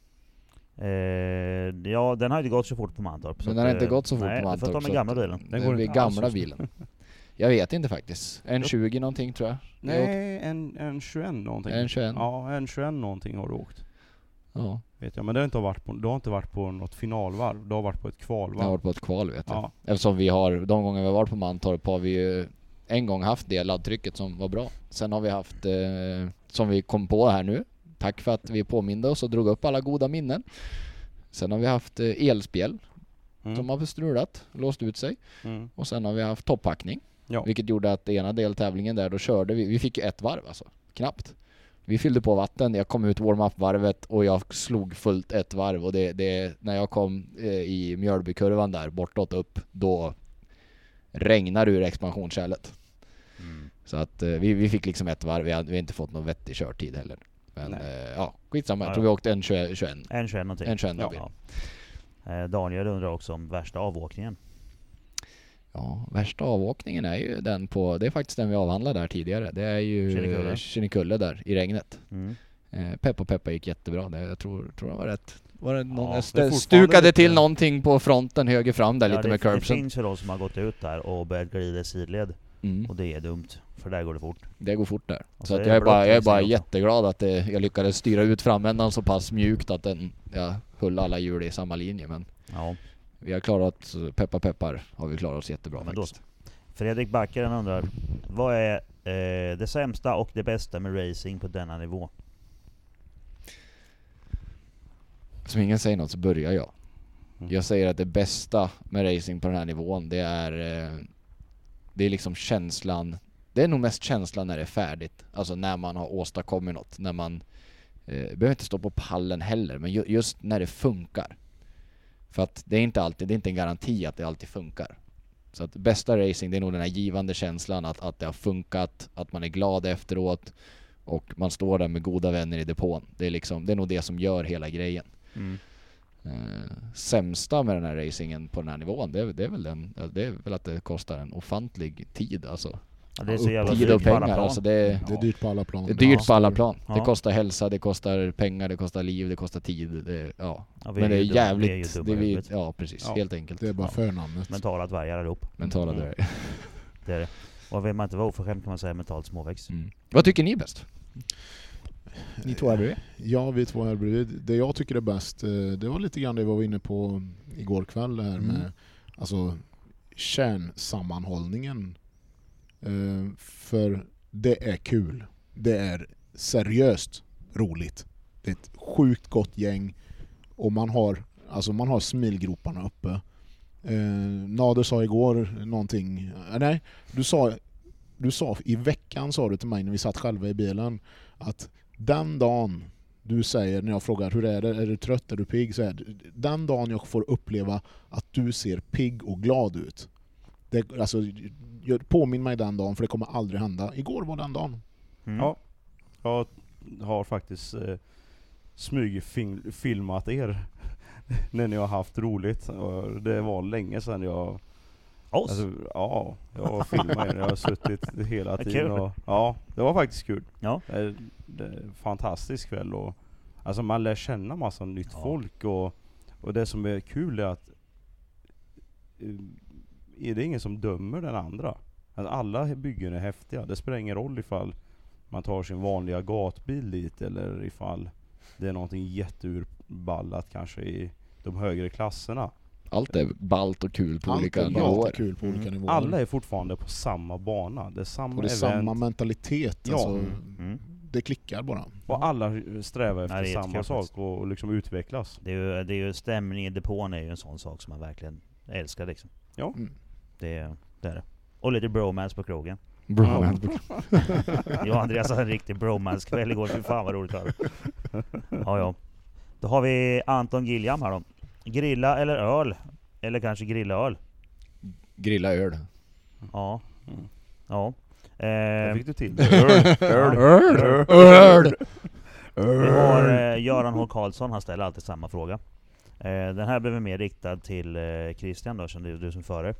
Ja, den har inte gått så fort på Mantorp. Men den har inte gått så fort på Mantorp. Nej, det får ta med gamla bilen. Den går gamla bilen. Jag vet inte faktiskt. En 20 någonting tror jag. Nej, en 21 någonting. En 21. Ja, en 21 någonting har du åkt. Ja. Vet jag, men det har inte varit på något finalvarv. Det har varit på ett kvalvarv. Det har varit på ett kval, vet jag. Ja. Eftersom vi har, de gånger vi har varit på Mantorp har vi ju en gång haft det laddtrycket som var bra. Sen har vi haft, som vi kom på här nu, tack för att vi påminde oss och drog upp alla goda minnen. Sen har vi haft elspjäll som har strulat, låst ut sig. Mm. Och sen har vi haft topphackning. Ja. Vilket gjorde att ena deltävlingen där, då körde vi fick ju ett varv alltså, knappt. Vi fyllde på vatten, jag kom ut warm-up-varvet och jag slog fullt ett varv. Och det när jag kom i Mjölbykurvan där, bortåt upp, då regnar ur expansionskärlet. Så att vi fick liksom ett varv, vi har inte fått någon vettig körtid heller. Men skitsamma, jag tror vi åkte en 21 någonting. En 21 Daniel undrar också om värsta avåkningen. Ja, värsta avåkningen är ju den på, det är faktiskt den vi avhandlade där tidigare. Det är ju Kinnekulle där i regnet. Peppa gick jättebra. Jag tror det var rätt. Var det någon stukade till någonting på fronten höger fram där lite med curbsen. Det finns ju de som har gått ut där och börjat glida i sidled. Och det är dumt, för där går det fort. Det går fort där. Så att jag är bara jätteglad att jag lyckades styra ut framändan så pass mjukt att jag höll alla hjul i samma linje. Men vi har klarat, peppar har vi klarat oss jättebra faktiskt. Fredrik Backeren undrar, vad är det sämsta och det bästa med racing på denna nivå? Som ingen säger något så börjar jag. Jag säger att det bästa med racing på den här nivån, det är liksom känslan. Det är nog mest känslan när det är färdigt. Alltså när man har åstadkommit något. När man behöver inte stå på pallen heller, men just när det funkar. För att det är inte en garanti att det alltid funkar. Så att bästa racing, det är nog den här givande känslan att det har funkat, att man är glad efteråt och man står där med goda vänner i depån. Det är nog det som gör hela grejen. Sämsta med den här racingen på den här nivån, det är väl att det kostar en ofantlig tid alltså. Ja, det är så jävla tid och pengar alltså, det är dyrt på alla plan. Det är dyrt på alla plan. Det kostar hälsa, det kostar pengar, det kostar liv, det kostar tid. Men det är jävligt precis, helt enkelt. Det är bara förnamnet. Mentala dvärgar allihop. Mentala dvärgar. Det är det. Och vill man inte vara oförskämd kan man säga mentalt småväxt. Vad tycker ni är bäst? Ni två här bredvid? Ja, vi två här bredvid. Det jag tycker är bäst, det var lite grann det vi var inne på igår kväll här med alltså kärnsammanhållningen. För det är kul. Det är seriöst roligt. Det är ett sjukt gott gäng och man har smilgroparna uppe. Nader sa igår någonting. Nej, du sa i veckan, sa du till mig när vi satt själva i bilen, att den dagen du säger, när jag frågar hur är du trött, är du pigg, så är den dagen jag får uppleva att du ser pigg och glad ut. Påminn mig den dagen, för det kommer aldrig hända. Igår var den dagen. Ja, jag har faktiskt smygfilmat er när ni har haft roligt. Och det var länge sedan jag... jag har filmat er. Jag har suttit hela tiden. Och, det var faktiskt kul. Ja. Det är fantastisk kväll. Och, alltså man lär känna massa nytt folk. Och det som är kul är att är det ingen som dömer den andra. Alltså alla byggen är häftiga. Det spelar ingen roll ifall man tar sin vanliga gatbil dit eller ifall det är någonting jätteurballat kanske i de högre klasserna. Allt är ballt och kul på olika nivåer. Alla är fortfarande på samma bana. Det är samma event. Samma mentalitet. Ja. Alltså, det klickar bara. Och alla strävar efter samma sak och liksom utvecklas. Det är ju stämning i depån är ju en sån sak som man verkligen älskar liksom. Ja. Det är det. Och lite bromance på krogen. Jag och Andreas hade en riktig bromance-kväll igår. Fy fan vad roligt det var. Ja. Då har vi Anton Gilliam här då. Grilla eller öl? Eller kanske grilla öl? Grilla öl. Ja. Ja. Vad fick du till? Öl! Vi har Göran H. Karlsson, han ställer alltid samma fråga. Den här blev mer riktad till Christian då, som du som före.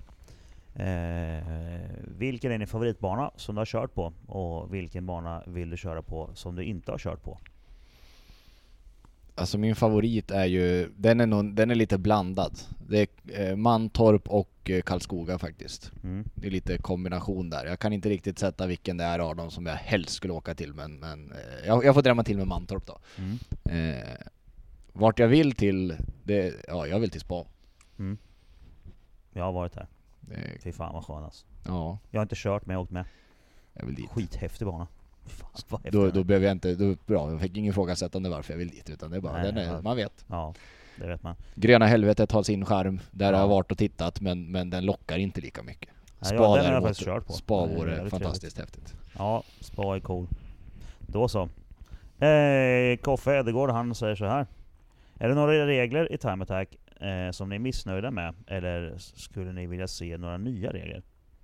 Vilken är din favoritbana som du har kört på? Och vilken bana vill du köra på som du inte har kört på? Alltså min favorit är ju, den är lite blandad. Det är Mantorp och Karlskoga faktiskt. Det är lite kombination där. Jag kan inte riktigt sätta vilken det är av dem som jag helst skulle åka till, men jag får drämma till med Mantorp då. Vart jag vill till, jag vill till Spa. Jag har varit där. Fy fan vad skön alltså. Ja. Jag har inte kört, men jag har åkt med. Jag vill dit. Skithäftig bana. Då behöver jag inte, jag fick ingen ifrågasättande varför jag vill dit, utan det är bara, man vet. Ja. det vet man. Gröna helvetet har sin charm. Där Ja. har jag varit och tittat, men den lockar inte lika mycket. Ja, Spa den har jag däremot, faktiskt kört på. Spa Det är vore väldigt fantastiskt häftigt. Ja, Spa är cool. Då så. Koffe Edegård, han säger så här. Är det några regler i Time Attack som ni är missnöjda med? Eller skulle ni vilja se några nya regler?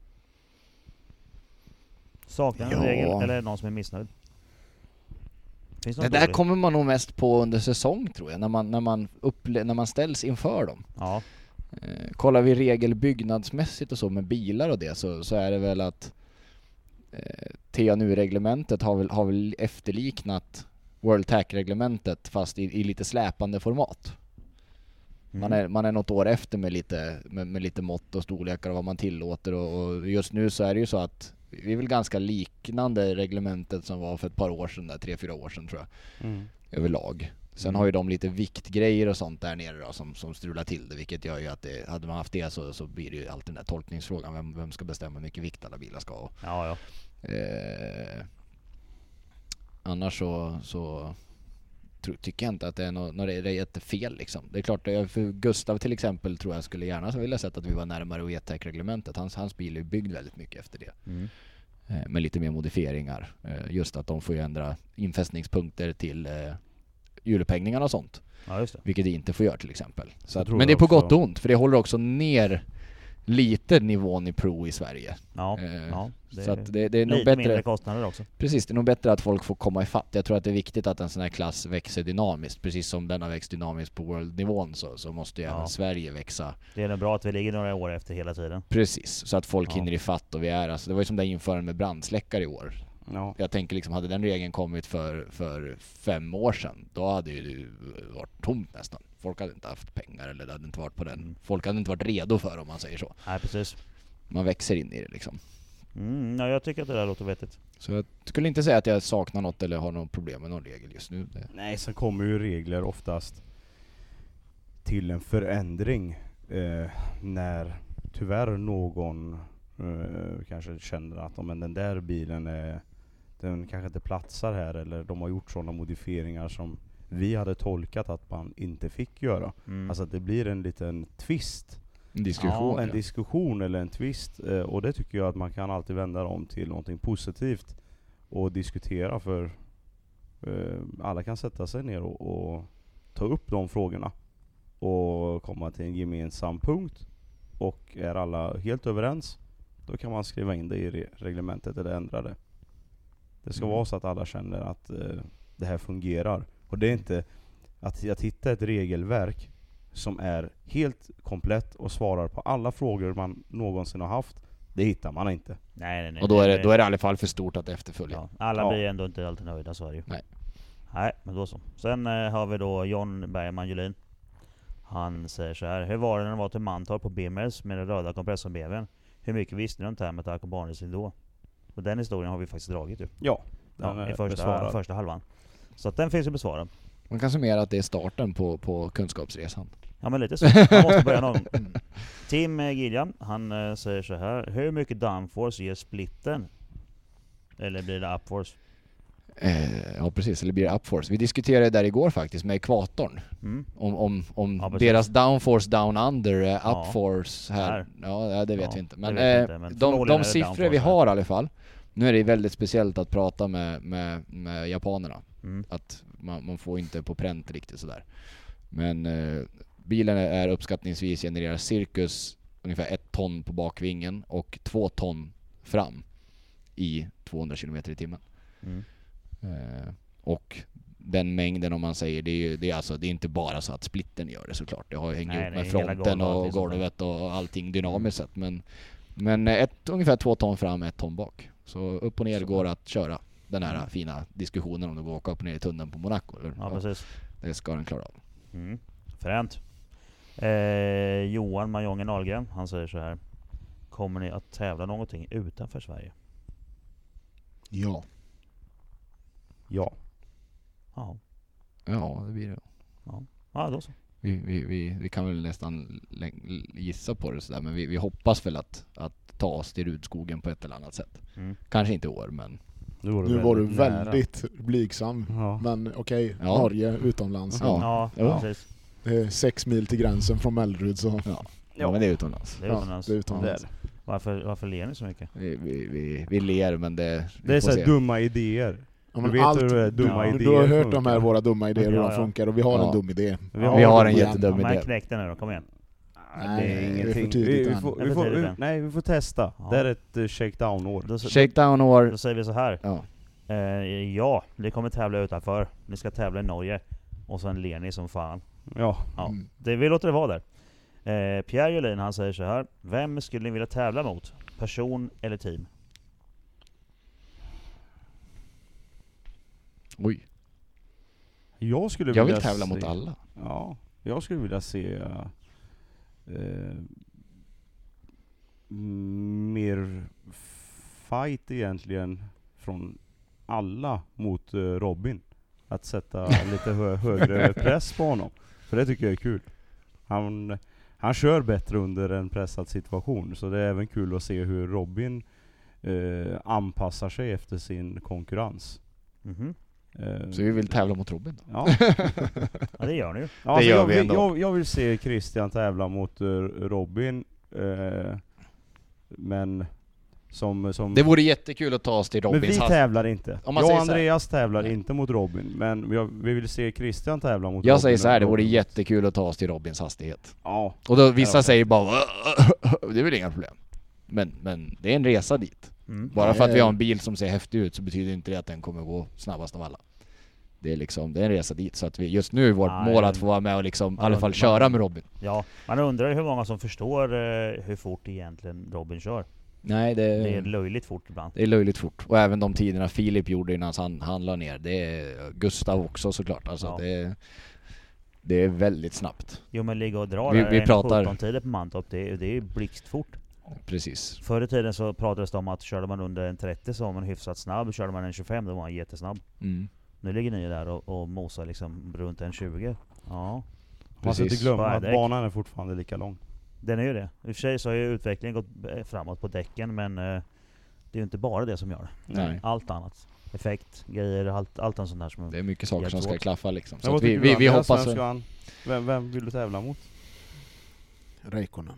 Saknar ni en Ja. regel eller är det någon som är missnöjd? Finns det Det något där dåligt? kommer man nog mest på under säsong, tror jag. När man ställs inför dem. Ja, Kollar vi regelbyggnadsmässigt och så med bilar och det, så är det väl att TNU-reglementet har väl efterliknat World Tack-reglementet fast i lite släpande format. Man är något år efter med lite mått och storlekar och vad man tillåter, och just nu så är det ju så att vi är väl ganska liknande reglementet som var för ett par år sedan, där 3-4 år sedan tror jag, överlag. Sen har ju de lite viktgrejer och sånt där nere då, som strular till det, vilket gör ju att hade man haft det så blir det ju alltid den där tolkningsfrågan, vem ska bestämma hur mycket vikt alla bilar ska ha. ja. Annars så tycker jag inte att det är något jättefel liksom. Det är klart, för Gustav till exempel tror jag skulle gärna vilja sett att vi var närmare WTEC-reglementet. Hans bil är byggd väldigt mycket efter det. Med lite mer modifieringar. Just att de får ju ändra infästningspunkter till hjulupphängningarna och sånt. Ja, just det. Vilket det inte får göra till exempel. Så att, tror men det är jag på också. gott och ont, för det håller också ner lite nivån i Pro i Sverige. Ja, Så att det är nog lite mindre bättre. kostnader också. Precis, det är nog bättre att folk får komma ifatt. Jag tror att det är viktigt att en sån här klass växer dynamiskt. Precis som den har växt dynamiskt på world-nivån, så måste ju även Sverige växa. Det är nog bra att vi ligger några år efter hela tiden. Precis, så att folk Ja. hinner ifatt, och vi är alltså, det var ju som det införandet med brandsläckare i år. Ja. Jag tänker liksom, hade den regeln kommit för 5 år sedan, då hade ju det varit tomt nästan. Folk hade inte haft pengar, eller det hade inte varit på den. Folk hade inte varit redo för, om man säger så. Nej, precis. Man växer in i det liksom. Ja, jag tycker att det där låter vettigt. Så jag skulle inte säga att jag saknar något eller har något problem med någon regel just nu. Nej, sen kommer ju regler oftast till en förändring när tyvärr någon kanske känner att men den där bilen den kanske inte platsar här, eller de har gjort sådana modifieringar som vi hade tolkat att man inte fick göra. Alltså att det blir en liten twist. En diskussion. En diskussion eller en twist, och det tycker jag att man kan alltid vända om till någonting positivt och diskutera, för alla kan sätta sig ner och ta upp de frågorna och komma till en gemensam punkt, och är alla helt överens, då kan man skriva in det i reglementet eller ändra det. Det ska vara så att alla känner att det här fungerar, och det är inte att hitta ett regelverk som är helt komplett och svarar på alla frågor man någonsin har haft. Det hittar man inte. Nej. Och då är det i alla fall för stort att efterfölja. Ja, alla blir ändå inte alltid nöjda, så är det ju. Nej, men då så. Sen har vi då John Bergman Julin. Han säger så här: hur var det när de var till Mantorp på Bimmers med den röda kompressor-BMWn? Hur mycket visste ni om Time Attack och barnracing då? Och den historien har vi faktiskt dragit ju. Ja, I första halvan. Så att den finns ju besvarad. Man kan summera att det är starten på kunskapsresan. Ja, men lite så. Man måste börja någon. Tim Gilliam, han säger så här: hur mycket downforce ger splitten? Eller blir det upforce? Ja precis, eller blir det upforce. Vi diskuterade där igår faktiskt med ekvatorn. Om deras downforce down under upforce här. Ja, det vet vi inte. Men, men de siffror vi har i alla fall. Nu är det väldigt speciellt att prata med japanerna. Att man får inte på pränt riktigt sådär. Men bilen är uppskattningsvis genererar cirkus ungefär 1 ton på bakvingen och 2 ton fram i 200 km i timmen. Och den mängden, om man säger, det är inte bara så att splitten gör det såklart. Det har hänger ihop med fronten och golvet och allting dynamiskt sett. Men ungefär 2 ton fram, 1 ton bak. Så upp och ner går att köra den här fina diskussionen om det går att åka upp och ner i tunneln på Monaco. Eller? Ja, precis. Det ska den klara av. Fränt. Johan Majongen Ahlgren, han säger så här: kommer ni att tävla någonting utanför Sverige? Ja. Ja, det blir det. Ja, då så. Vi kan väl nästan gissa på det sådär, men vi hoppas väl att ta oss till Rudskogen på ett eller annat sätt. Kanske inte i år, men Nu var du väldigt blygsam. Ja. Men okej, Norge utomlands. Ja, precis. Det är 6 mil till gränsen från Mellerud, så Ja, men det är utomlands. Det är utomlands. det är utomlands. Det är Varför ler ni så mycket? Vi ler, men det är får så här se. dumma idéer. Ja, Du men vet hur det är, dumma idéer du har hört funkar. de här våra dumma idéer hur Ja, de ja. funkar, och vi har Ja. en dum idé. Vi har en Ja, jättedum Men idé. knäck den nu då, kom igen. Nej, det är det är ingenting. för tidigt än. Det är för tidigt än. Nej, vi får testa. Ja. Det är ett shakedown-år. Då Shakedown-år. säger vi så här. Ja. Ja, ni kommer tävla utanför. Ni ska tävla i Norge. Och sen ler ni som fan. Ja. Ja, Mm. vi låter det vara där. Pierre Julin, han säger så här. Vem skulle ni vilja tävla mot? Person eller team? Oj. Jag Jag vill tävla mot alla. Ja, jag skulle vilja se mer fight egentligen från alla mot Robin. Att sätta lite högre press på honom. För det tycker jag är kul. Han kör bättre under en pressad situation. Så det är även kul att se hur Robin anpassar sig efter sin konkurrens. Mhm. Så vi vill tävla mot Robin då. Ja. Ja, det gör ni ju. Ja, alltså gör vi ändå. jag vill se Christian tävla mot Robin, men som Det vore jättekul att ta oss till men Robins vi tävlar inte. Om man Jag och säger så här. Andreas tävlar Nej. inte mot Robin, men vi vill se Christian tävla mot Robin. Jag säger så här, det och vore Robin. jättekul att ta oss till Robins hastighet. Ja, Och då vissa Ja. säger bara det är väl inga problem. Men det är en resa dit. Mm. Bara för att vi har en bil som ser häftig ut så betyder inte det att den kommer gå snabbast av alla. Det är liksom, det är en resa dit, så att vi just nu är vårt Nej. mål att få vara med och liksom i alla fall Man- köra med Robin. Ja, man undrar hur många som förstår hur fort egentligen Robin kör. Nej, Det är löjligt fort ibland. det är löjligt fort. Och även de tiderna Filip gjorde innan han la ner. Det är Gustav också såklart. Alltså Ja. det är väldigt snabbt. Jo, men ligga och dra Vi där pratar- 17-tider på Mantorp, det är ju blixtfort. Precis. Förr i tiden så pratades det om att körde man under en 30 så var man hyfsat snabb. Körde man en 25 då var man jättesnabb. Mm. Nu ligger ni där och mosar liksom runt en 20. Ja, man ska inte Precis. glömma Bara att däck. banan är fortfarande lika lång. den är ju det. I och för sig så har ju utvecklingen gått framåt på däcken, men det är ju inte bara det som gör det. Nej. Allt annat. Effekt, grejer, allt sånt där som... Det är mycket saker som Hjälps ska åt. klaffa liksom. Men Så vad att vi tycker du, Andreas? hoppas... Vem ska vem vill du tävla mot? Räikkönen.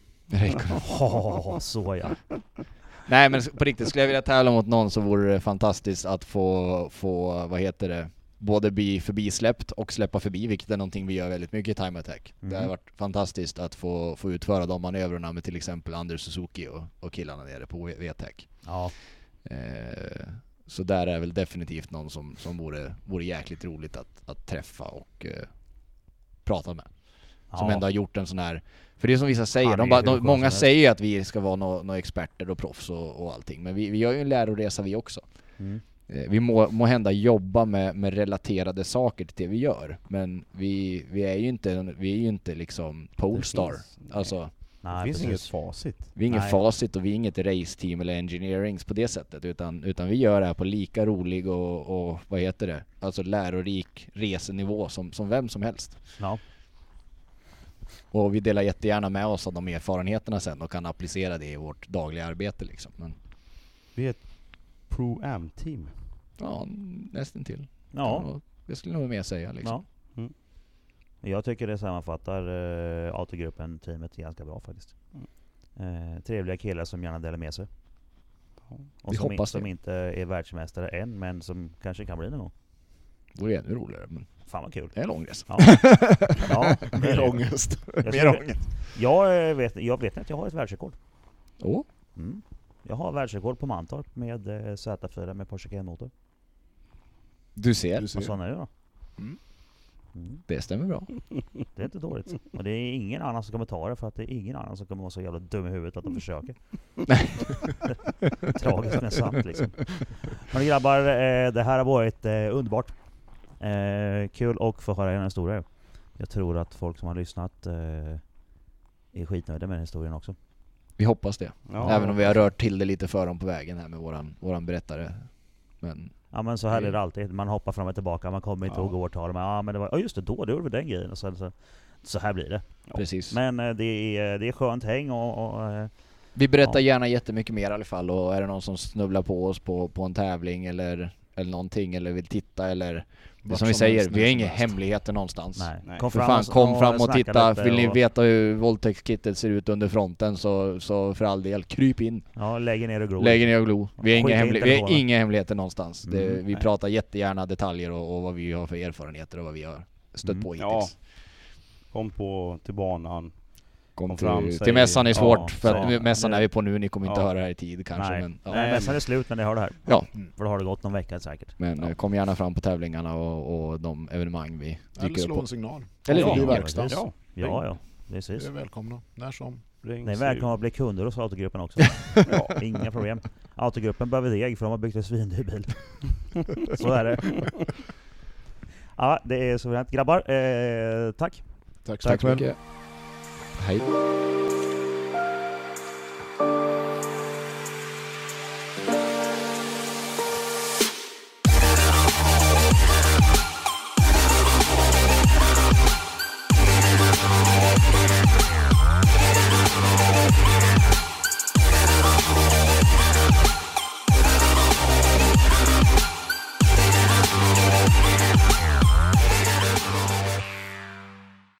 Så ja. Nej, men på riktigt, skulle jag vilja tävla mot någon så vore det fantastiskt att få vad heter det, både bli förbisläppt och släppa förbi, vilket är någonting vi gör väldigt mycket i Time Attack. Det har varit fantastiskt att få utföra de manövrarna med till exempel Anders Suzuki och killarna nere på VTech. Ja. Så där är väl definitivt någon som vore jäkligt roligt att träffa och prata med. Som Ja. ändå har gjort en sån här... För det är som vissa säger, Han är hur skön många som säger att vi ska vara några experter och proffs och allting. Men vi gör ju en läroresa vi också. Mm. Vi må hända jobba med relaterade saker till det vi gör. Men vi är ju inte liksom Polestar. Alltså, Nej, Det finns precis. inget facit. vi är inget Nej. facit och vi är inget raceteam eller engineerings på det sättet. Utan vi gör det här på lika rolig och vad heter det? Alltså lärorik resenivå som vem som helst. Ja. Och vi delar jättegärna med oss av de erfarenheterna sen och kan applicera det i vårt dagliga arbete liksom. Men Vi är ett Pro-Am-team. ja, nästan till. Ja. Det skulle jag nog mer säga liksom. Ja. Jag tycker det sammanfattar autogruppen, teamet ganska bra faktiskt. Trevliga killar som gärna delar med sig. Och Vi som, hoppas som det. inte är världsmästare än, men som kanske kan bli någon gång. Det vore ännu roligare, men Fan vad kul. det är en lång resa. Ja. Ja, Mer ångest. Jag vet inte att jag har ett världsrekord. Åh, Mm. Jag har världsrekord på Mantorp med Z4 med Porsche Cayenne-motor. du ser. Och sån är det då. Mm. Mm. Det stämmer bra. Det är inte dåligt. Och det är ingen annan som kommer ta det, för att det är ingen annan som kommer vara så jävla dum i huvudet att de försöker. Tragiskt men sant liksom. Men grabbar, det här har varit underbart. Kul att få höra en historia. Jag tror att folk som har lyssnat är skitnöjda med den historien också. Vi hoppas det. Ja. Även om vi har rört till det lite för dem på vägen här med våran berättare. Men Ja, men så här är det alltid. Man hoppar fram och tillbaka, man kommer inte Ja. ihåg årtal. Men det var, just det, då gjorde vi den grejen. Och så här blir det. precis. Men det är skönt häng och Vi berättar Ja. gärna jättemycket mer i alla fall, och är det någon som snubblar på oss på en tävling eller eller någonting eller vill titta eller Vart som vi som säger, helst, vi har när inga som helst. hemligheter någonstans. Nej. För fan, kom fram och snacka titta. lite Vill ni och- veta hur våldtäktskittet ser ut under fronten så för all del, kryp in. Ja, lägger ner och glor. Lägg ner och glo. Vi har Skicka in vi har telefonen. inga hemligheter någonstans. Vi nej. pratar jättegärna detaljer och vad vi har för erfarenheter och vad vi har stött på hittills. Kom till banan. Kom Kom fram, till säg- mässan är svårt ja, för att ja. mässan Det- är vi på nu, ni kommer inte Ja. höra det här i tid kanske. Nej, Men, ja. Nej, mässan är slut när ni hör det här. Ja. För då har det gått någon vecka säkert. Men kom gärna fram på tävlingarna och de evenemang vi Eller dyker upp slå på. en signal. Eller Eller ring. i verkstad. Ja, Ja, Vi precis. är välkomna, när som. ring, Ni är säg- välkomna att bli kunder hos Autogruppen också. Ja. Inga problem. Autogruppen behöver deg för de har byggt en svindyr bil. Så är det. Ja, det är suveränt. Grabbar, tack. Tack Tack så väl. mycket. Hej.